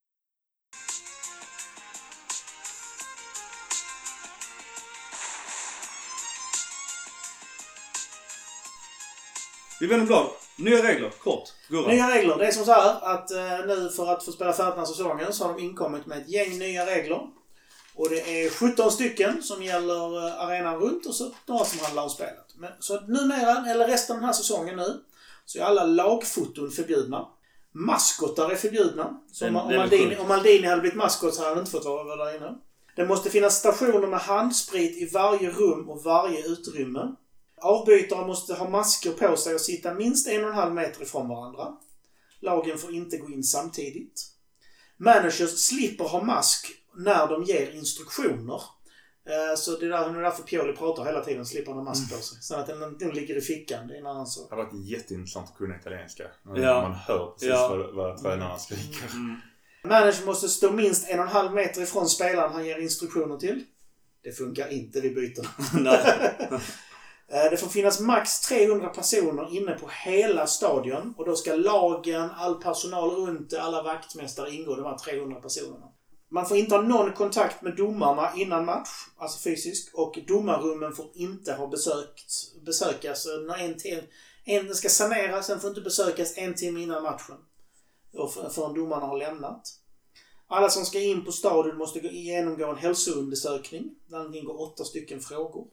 S1: Vi vänder blad. Nya regler, kort. Gurra.
S3: Nya regler. Det är som så här att nu för att få spela färdigt den här säsongen så har de inkommit med ett gäng nya regler. Och det är 17 stycken som gäller arenan runt och så några som handlar om spelet. Men, så att numera, eller resten av den här säsongen nu, så är alla lagfoton förbjudna. Maskotar är förbjudna. Så om Maldini hade blivit maskot så hade han inte fått vara där inne. Det måste finnas stationer med handsprit i varje rum och varje utrymme. Avbytare måste ha masker på sig och sitta minst 1,5 meter ifrån varandra. Lagen får inte gå in samtidigt. Managers slipper ha mask när de ger instruktioner. Så det är därför Pioli pratar hela tiden, slipper han ha mask på sig. Så att den ligger i fickan, det är en annan sak.
S2: Det har varit jätteintressant att kunna italienska.
S1: Ja.
S2: Man hör precis vad tränarna skriker.
S3: Manager måste stå minst 1,5 meter ifrån spelaren han ger instruktioner till. Det funkar inte vid byten. Det får finnas max 300 personer inne på hela stadion. Och då ska lagen, all personal runt, alla vaktmästare ingå, de här 300 personerna. Man får inte ha någon kontakt med domarna innan match, alltså fysiskt. Och domarrummen får inte ha besökas. En ska saneras, sen får inte besökas 1 timme innan matchen. Förrän domarna har lämnat. Alla som ska in på stadion måste genomgå en hälsoundersökning. Där det ingår 8 stycken frågor.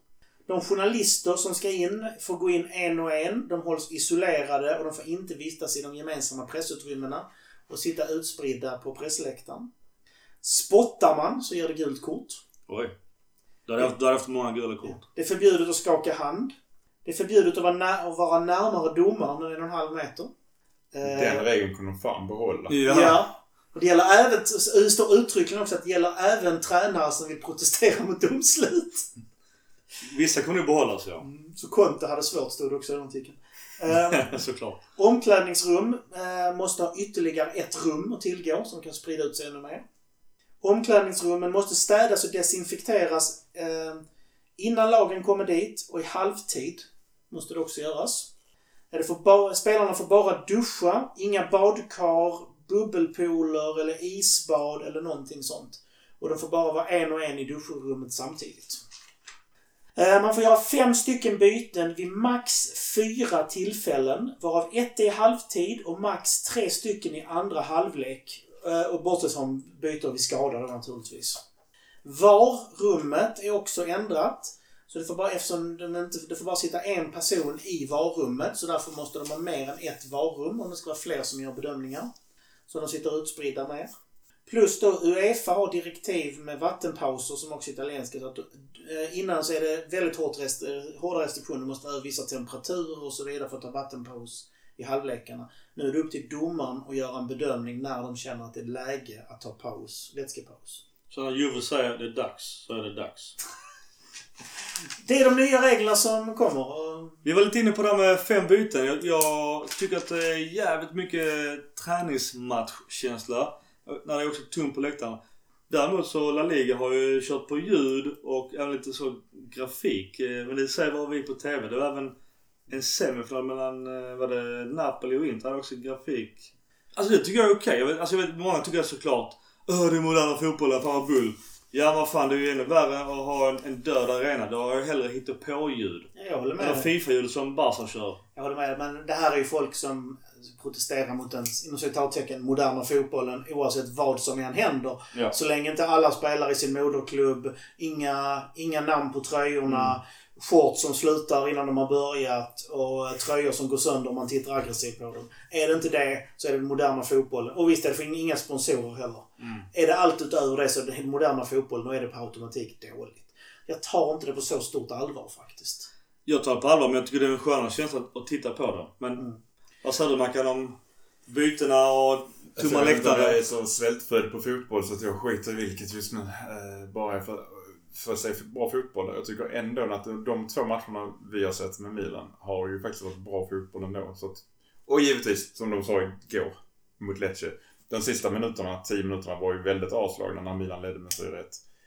S3: De journalister som ska in får gå in en och en. De hålls isolerade och de får inte vistas i de gemensamma pressutrymmena och sitta utspridda på pressläktaren. Spottar man så ger det gult kort.
S1: Oj. Du har haft många gula kort.
S3: Det är förbjudet att skaka hand. Det är förbjudet att vara närmare domaren än 1,5 meter.
S2: Den regeln kunde de fan behålla.
S3: Ja. Och det gäller även, det står uttryckligen också att det gäller även tränare som vill protestera mot domslut.
S1: Vissa kunde ju behållas, ja.
S3: Så Conte hade svårt, stod det också i den artikeln.
S1: Såklart.
S3: Omklädningsrum måste ha ytterligare ett rum att tillgå som kan sprida ut sig ännu mer. Omklädningsrummen måste städas och desinfekteras innan lagen kommer dit och i halvtid måste det också göras. Spelarna får bara duscha, inga badkar, bubbelpooler eller isbad eller någonting sånt. Och de får bara vara en och en i duschrummet samtidigt. Man får göra 5 stycken byten vid max 4 tillfällen, varav 1 är i halvtid och max 3 stycken i andra halvlek. Och bortsett från byten vid skadade naturligtvis. VAR-rummet är också ändrat. Så det får bara, eftersom det får bara sitta en person i VAR-rummet, så därför måste de ha mer än ett VAR-rum om det ska vara fler som gör bedömningar. Så de sitter utspridda mer. Plus då UEFA har direktiv med vattenpauser som också är italienska. Så att innan så är det väldigt hårda restriktioner. Du måste ha vissa temperaturer och så vidare för att ta vattenpaus i halvlekarna. Nu är det upp till domaren att göra en bedömning när de känner att det är läge att ta paus. Vätskepaus.
S1: Så när Juve säger det är dags, så är det dags.
S3: Det är de nya reglerna som kommer.
S1: Vi var lite inne på det med 5 byten. Jag tycker att det är jävligt mycket träningsmatchkänsla när det är också tomt på läktaren. Däremot så La Liga har ju kört på ljud och även lite så grafik. Men det säger vad vi på TV. Det var även en semifinal mellan Napoli och Inter. Också grafik. Alltså det tycker jag är okej. Jag vet, många tycker jag såklart det är moderna fotbollen, fan vad bull. Ja men fan, det är ju ännu värre att ha en död arena. Då har jag hellre hittat på ljud.
S3: Jag håller med.
S1: Eller FIFA-ljud som Barca kör.
S3: Jag håller med, men det här är ju folk som protesterar mot den, inom citattecken, moderna fotbollen oavsett vad som än händer. Ja. Så länge inte alla spelar i sin moderklubb, inga namn på tröjorna, shorts som slutar innan de har börjat och tröjor som går sönder om man tittar aggressivt på dem. Är det inte det så är det den moderna fotbollen. Och visst är det för inga sponsorer heller. Är det allt utöver det så är det den moderna fotbollen och är det på automatik dåligt. Jag tar inte det på så stort allvar faktiskt. Jag tar det på allvar, men jag tycker det är en skönare känsla att titta på det. Men vad säger du Mackan om bytena och tomma läktare?
S2: Jag är så svältfödd på fotboll så att jag skiter i vilket just nu. Bara för att se bra fotboll. Jag tycker ändå att de 2 matcherna vi har sett med Milan har ju faktiskt varit bra fotboll ändå. Så att, och givetvis, som de sa igår mot Lecce. De sista 10 minuterna var ju väldigt avslagna när Milan ledde med 4-1.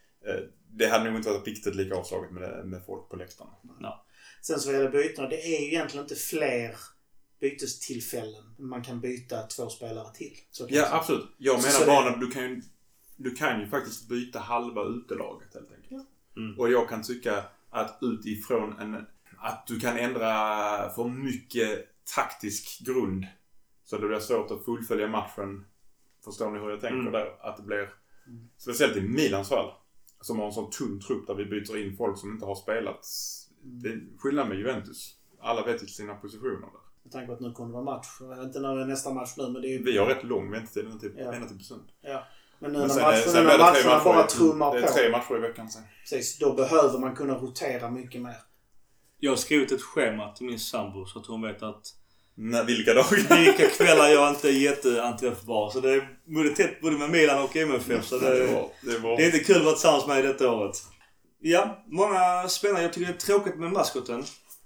S2: Det hade nog inte varit riktigt lika avslaget med folk på läktarna.
S3: No. Sen så gäller bytena, det är ju egentligen inte fler bytestillfällen man kan byta 2 spelare till.
S2: Ja, absolut. Jag menar bara att du kan ju faktiskt byta halva utelaget helt enkelt. Ja. Och jag kan tycka att utifrån att du kan ändra för mycket taktisk grund så det blir svårt att fullfölja matchen. Förstår ni hur jag tänker där? Att det blir, speciellt i Milans fall, som har en sån tunn trupp där vi byter in folk som inte har spelat. Det är skillnad med Juventus. Alla vet inte sina positioner där.
S3: Jag tänker att nu kommer det vara match. Jag vet inte när det är nästa match nu, men det är ju...
S2: Vi har rätt lång väntetid, ända till söndag.
S3: Ja. Men nu när matcherna bara trummar på.
S2: Det är 3 matcher i veckan sen.
S3: Precis, då behöver man kunna rotera mycket mer.
S1: Jag har skrivit ett schema till min sambo så att hon vet att
S2: vilka dagar?
S1: Vilka kvällar jag inte är jätteanträffbar. Så det är både tätt både med Milan och MFF. Så det är inte kul att vara tillsammans med detta året. Ja, många spännande. Jag tycker det är tråkigt med maskoten.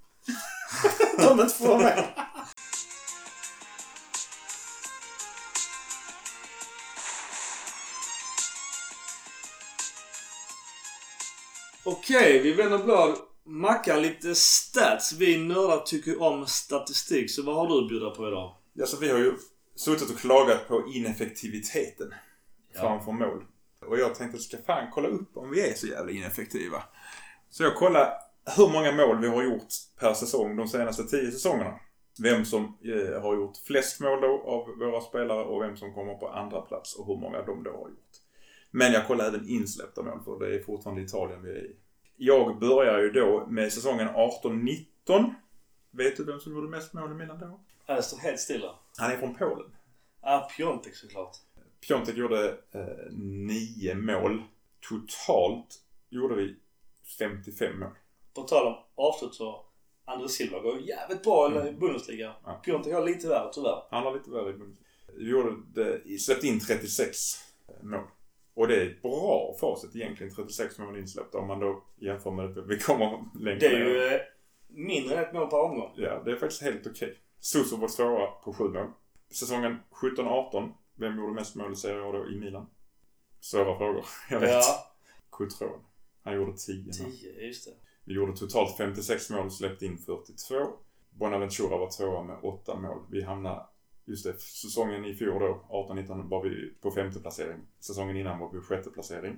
S3: De inte får med.
S1: Okej, vi vänder blad. Macka lite stats. Vi nördar tycker om statistik. Så vad har du att bjuda på idag?
S2: Ja, så vi har ju suttit och klagat på ineffektiviteten framför mål. Och jag tänkte att jag ska kolla upp om vi är så jävla ineffektiva. Så jag kollar hur många mål vi har gjort per säsong de senaste 10 säsongerna. Vem som har gjort flest mål då av våra spelare och vem som kommer på andra plats och hur många de då har gjort. Men jag kollar även insläppta mål för det är fortfarande Italien vi är i. Jag börjar ju då med säsongen 18-19. Vet du vem som gjorde mest mål i Milan då?
S1: Det står helt stilla.
S2: Han är från Polen.
S1: Piontek såklart.
S2: Piontek gjorde 9 mål. Totalt gjorde vi 55 mål.
S1: På tal om avslut så André Silva går jävligt bra i Bundesliga.
S2: Ja.
S1: Piontek har lite värre tyvärr.
S2: Han har lite värre i Bundesliga. Vi släppte in 36 mål. Och det är ett bra facit egentligen. 36 mål insläppta om man då jämför med det. Vi kommer längre.
S1: Det är ju mindre än ett mål per omgång.
S2: Ja, det är faktiskt helt okej. Suso var svåra på 7 mål. Säsongen 17-18. Vem gjorde mest mål i Serie A då i Milan? Svåra frågor, jag vet.
S1: Ja.
S2: Coutron. Han gjorde 10 mål.
S1: 10, just det.
S2: Vi gjorde totalt 56 mål och släppte in 42. Bonaventura var 2 med 8 mål. Vi hamnade, just det, säsongen i fjol då, 18-19 var vi på 5:e placering. Säsongen innan var vi på 6:e placering.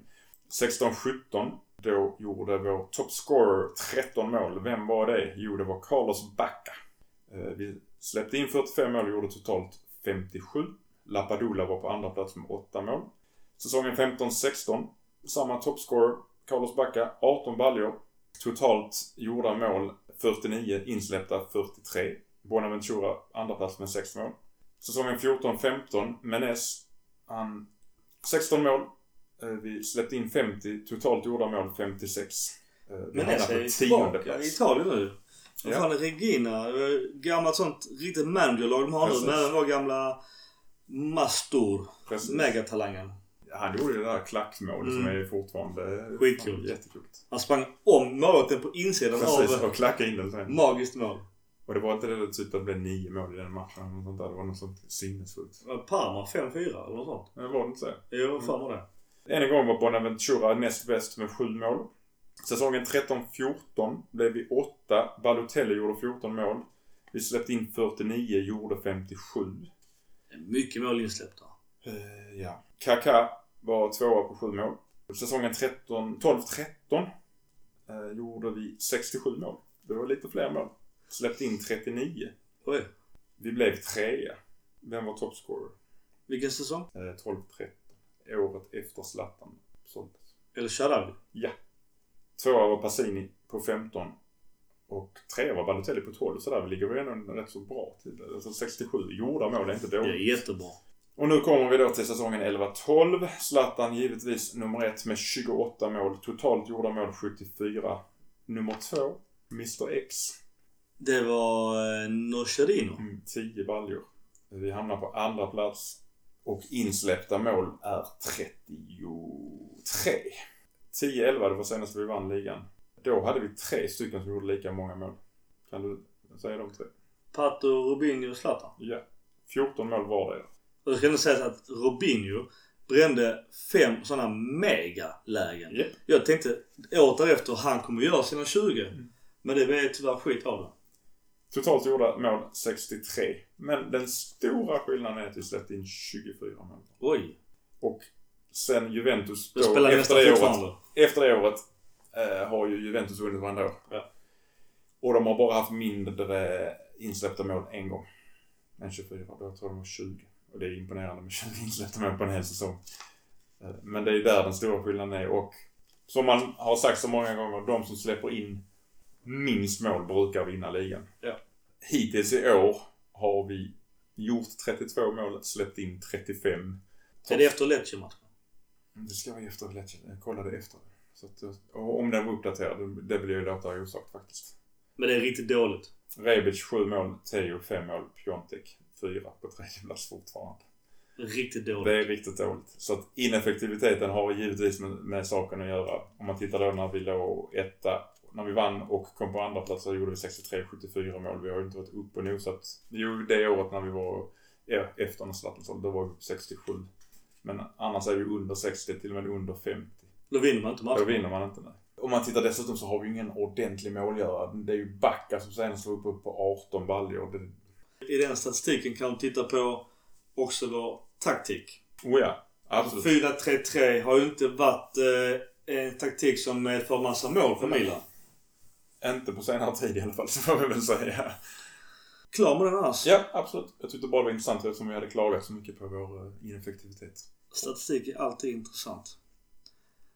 S2: 16-17, då gjorde vår topscorer 13 mål. Vem var det? Jo, det var Carlos Bacca. Vi släppte in 45 mål och gjorde totalt 57. Lapadula var på andra plats med 8 mål. Säsongen 15-16, samma topscorer, Carlos Bacca, 18 baljor. Totalt gjorda mål 49, insläppta 43. Bonaventura andra plats med 6 mål. Säsongen 14-15, Menes, han 16 mål. Vi släppte in 50, totalt gjorda mål 56.
S1: Menes är tillbaka i Italien nu. Vad fan är Regina? Gammalt sånt riktigt managerlag de har nu. Men den var gamla Mastor. Megatalangen.
S2: Han gjorde det där klackmål som är fortfarande
S1: skitkul.
S2: Jättekul.
S1: Han sprang om målet på insidan av
S2: och klackade in den sen.
S1: Magiskt mål.
S2: Och det var inte det typ att det blev 9 mål i den matchen. Och sånt där. Det var något sånt sinnesfullt.
S1: Parma 5-4 eller något sånt.
S2: Det var det inte så.
S1: Jo, fan var det.
S2: En gång var Bonaventura näst bäst med 7 mål. Säsongen 13-14 blev vi 8. Balotelli gjorde 14 mål. Vi släppte in 49, gjorde 57.
S1: Mycket mål insläppta.
S2: Ja. Kaká var 2 på 7 mål. Säsongen 12-13 gjorde vi 67 mål. Det var lite fler mål. Släppte in 39.
S1: Oj.
S2: Vi blev 3. Vem var topscorer?
S1: Vilken säsong?
S2: 12-13. Året efter Zlatan såldes.
S1: Eller Sharawi?
S2: Ja. 2 var Passini på 15. Och 3 var Balotelli på 12. Så där ligger vi ändå rätt så bra till. Alltså 67 gjorda mål är inte dåligt.
S1: Det är jättebra.
S2: Och nu kommer vi då till säsongen 11-12. Zlatan givetvis nummer 1 med 28 mål. Totalt gjorda mål 74. Nummer 2, Mr. X.
S1: Det var Nocerino.
S2: 10 baljor. Vi hamnar på andra plats. Och insläppta mål är 33. 10-11, det var senast vi vann ligan. Då hade vi 3 stycken som gjorde lika många mål. Kan du säga de 3?
S1: Pato, Robinho och Zlatan.
S2: Ja. 14 mål var det.
S1: Och jag ska ändå säga att Robinho brände 5 sådana megalägen.
S2: Yep.
S1: Jag tänkte året därefter han kommer göra sina 20. Men det blev tyvärr skit av det.
S2: Totalt gjorda mål 63. Men den stora skillnaden är att vi släppte in 24 mål.
S1: Oj.
S2: Och sen Juventus
S1: då
S2: efter det året har ju Juventus vunnit varandra år.
S1: Ja.
S2: Och de har bara haft mindre insläppta mål en gång. Än 24. Då tror jag de var 20. Och det är imponerande med 20 insläppta mål på en hel säsong. Men det är där den stora skillnaden är. Och som man har sagt så många gånger, de som släpper in minst mål brukar vinna ligan.
S1: Ja.
S2: Hittills i år har vi gjort 32 mål, släppt in 35.
S1: Är det efter Lecce-matchen?
S2: Det ska vara efter Lecce. Jag kollade efter. Så att, och om den var uppdaterad, det blir ju låta osagt faktiskt.
S1: Men det är riktigt dåligt.
S2: Rebic 7 mål, Theo 5 mål, Piontek 4 på 3:e plats fortfarande.
S1: Riktigt dåligt.
S2: Det är riktigt dåligt. Så att ineffektiviteten har givetvis med saken att göra. Om man tittar då när vi låg 1, när vi vann och kom på andra plats så gjorde vi 63-74 mål. Vi har ju inte varit upp och nosat. Jo, det året när vi var efter när Zlatan sålde, då var vi på 67. Men annars är vi under 60, till och med under 50.
S1: Då vinner man inte matchen.
S2: Då vinner man inte, nej. Om man tittar dessutom så har vi ingen ordentlig målgörare. Det är ju Backa som sen slår upp på 18 baljor.
S1: I den statistiken kan man titta på också vår taktik.
S2: Oh ja, absolut.
S1: 4-3-3 har ju inte varit en taktik som medför massa mål för Milan.
S2: Inte på senare tid i alla fall, så får vi väl säga.
S1: Klar med den annars?
S2: Ja, absolut. Jag tyckte bara det var intressant eftersom vi hade klagat så mycket på vår ineffektivitet.
S1: Statistik är alltid intressant.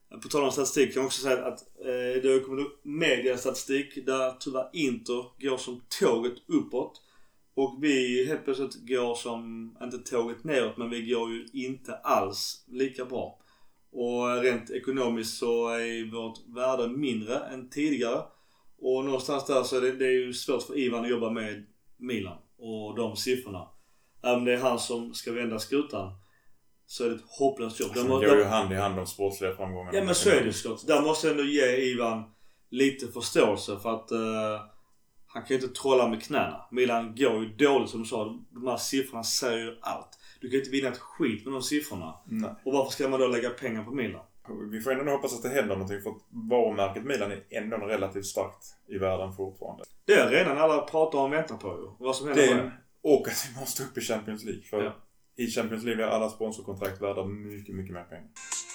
S1: På tal om statistik kan jag också säga att det har kommit upp mediastatistik där tyvärr Inter går som tåget uppåt. Och vi helt plötsligt går som, inte tåget neråt, men vi går ju inte alls lika bra. Och rent ekonomiskt så är vårt värde mindre än tidigare. Och någonstans där så är det är ju svårt för Ivan att jobba med Milan och de siffrorna. Även om det är han som ska vända skutan, så är det ett hopplöst jobb.
S2: Alltså, det går ju hand i hand om sportsliga framgångar.
S1: Ja, men så är det såklart. Där måste jag ändå ge Ivan lite förståelse för att han kan ju inte trolla med knäna. Milan går ju dåligt som du sa. De här siffrorna säger ju allt. Du kan ju inte vinna ett skit med de siffrorna.
S2: Nej.
S1: Och varför ska man då lägga pengar på Milan?
S2: Vi får ändå hoppas att det händer någonting, för att varumärket Milan är ändå relativt starkt i världen fortfarande.
S1: Det är redan alla pratar om och väntar på ju. Vad som händer
S2: det. Och att vi måste upp i Champions League. För i Champions League är alla sponsorkontrakt värda mycket, mycket mer pengar.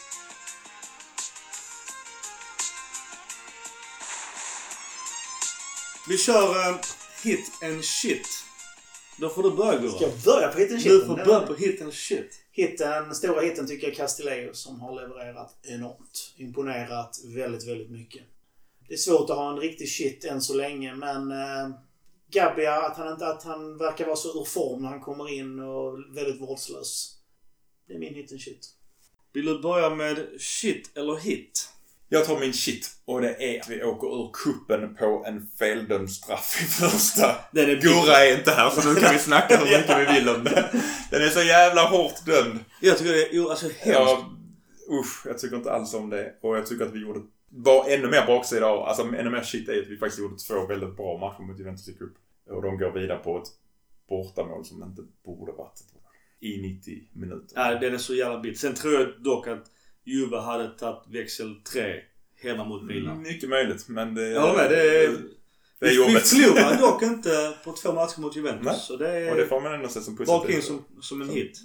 S1: Vi kör hit and shit. Då får du börja, Gurra.
S3: Ska jag börja på hit and shit?
S1: Du får börja på hit and shit.
S3: Stora hitten tycker jag Castillejo, som har levererat enormt. Imponerat väldigt, väldigt mycket. Det är svårt att ha en riktig shit än så länge, men Gabbia, att han verkar vara så ur form när han kommer in och väldigt vårdslös. Det är min hit and shit.
S1: Vill du börja med shit eller hit?
S2: Jag tar min shit, och det är att vi åker ur kuppen på en feldömd straff i första. Gurra är inte här, så nu kan vi snacka hur mycket vi vill om det. Den är så jävla hårt dömd.
S1: Jag tycker det är hemskt.
S2: Jag tycker inte alls om det. Och jag tycker att vi gjorde var ännu mer baksida av. Alltså ännu mer shit är att vi faktiskt gjorde 2 väldigt bra matcher mot Juventus i cup. Och de går vidare på ett bortamål som inte borde varit i 90 minuter.
S1: Ja, den är så jävla bit. Sen tror jag dock att Juve hade tagit växel 3 hemma mot Milan.
S2: Mycket möjligt, men det...
S1: Ja, men det är jobbet. Vi förlorade dock inte på 2 matcher mot Juventus.
S2: Nej.
S1: Så det är...
S2: Och det får man ändå se som positivt.
S1: Bak in som en hit.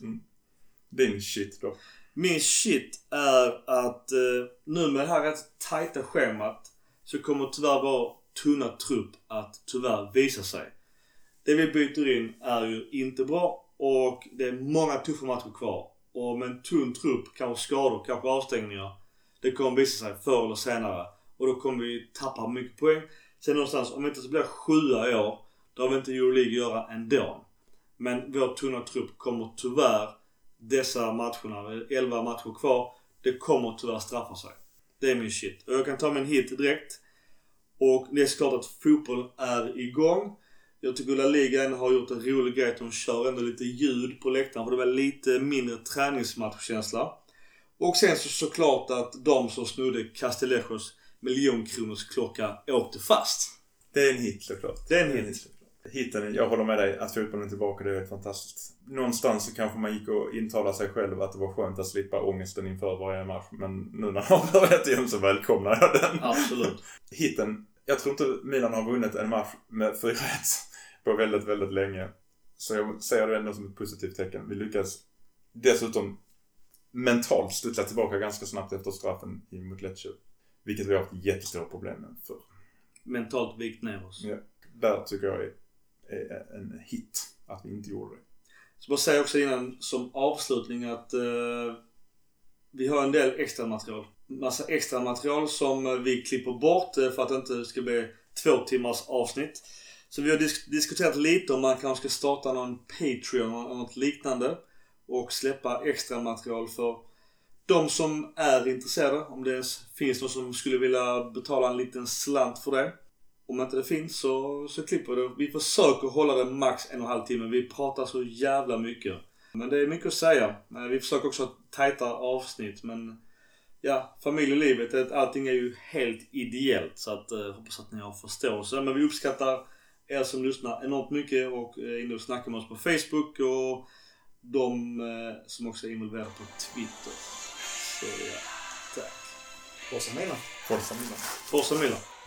S2: Din shit då?
S1: Min shit är att nu med det här rätt tajta schemat så kommer tyvärr vara tunna trupp att tyvärr visa sig. Det vi byter in är ju inte bra, och det är många tuffa matcher kvar. Och med en tunn trupp, kanske skador, kanske avstängningar, det kommer visa sig förr eller senare. Och då kommer vi tappa mycket poäng. Sen någonstans, om vi inte så blir 7 i år, då har vi inte Euroleague att göra ändå. Men vår tunna trupp kommer tyvärr, dessa matcherna, 11 matcher kvar, det kommer tyvärr straffa sig. Det är min shit. Och jag kan ta min hit direkt. Och det är klart att fotboll är igång. Jag tycker La Liga har gjort en rolig grej att de kör ändå lite ljud på läktaren, för det var lite mindre träningsmatchkänsla. Och sen såklart att de som snodde Castillejos miljonkronorsklocka åkte fast.
S2: Det är en hit såklart.
S1: Det är en hit.
S2: Hiten, jag håller med dig att fotbollen är tillbaka, det är fantastiskt. Någonstans så kanske man gick och intala sig själv att det var skönt att slippa ångesten inför varje match. Men nu när han har börjat igen så välkomnar jag den.
S1: Absolut.
S2: Hiten, jag tror inte Milan har vunnit en match med 4-1 på väldigt, väldigt länge. Så jag ser det ändå som ett positivt tecken. Vi lyckas dessutom mentalt studsa tillbaka ganska snabbt efter straffen mot Lecce. Vilket vi har haft jättestora problem med för.
S1: Mentalt vikt ner oss.
S2: Ja, där tycker jag är en hit att vi inte gjorde det.
S1: Så bara säga också innan som avslutning att vi har en del extra material. Massa extra material som vi klipper bort för att det inte ska bli 2 timmars avsnitt. Så vi har diskuterat lite om man kanske ska starta någon Patreon eller något liknande och släppa extra material för de som är intresserade. Om det finns någon som skulle vilja betala en liten slant för det. Om inte det finns så klipper det. Vi försöker hålla det max 1,5 timme. Vi pratar så jävla mycket. Men det är mycket att säga. Vi försöker också tajta avsnitt. Men ja, familjelivet, allting är ju helt ideellt. Så att hoppas att ni har förståelse. Men vi uppskattar er som lyssnar enormt mycket. Och är inne och snackar med oss på Facebook. Och de som också är involverade på Twitter. Så ja, tack.
S3: Forza Milan.
S2: Forza Milan.
S1: Forza Milan.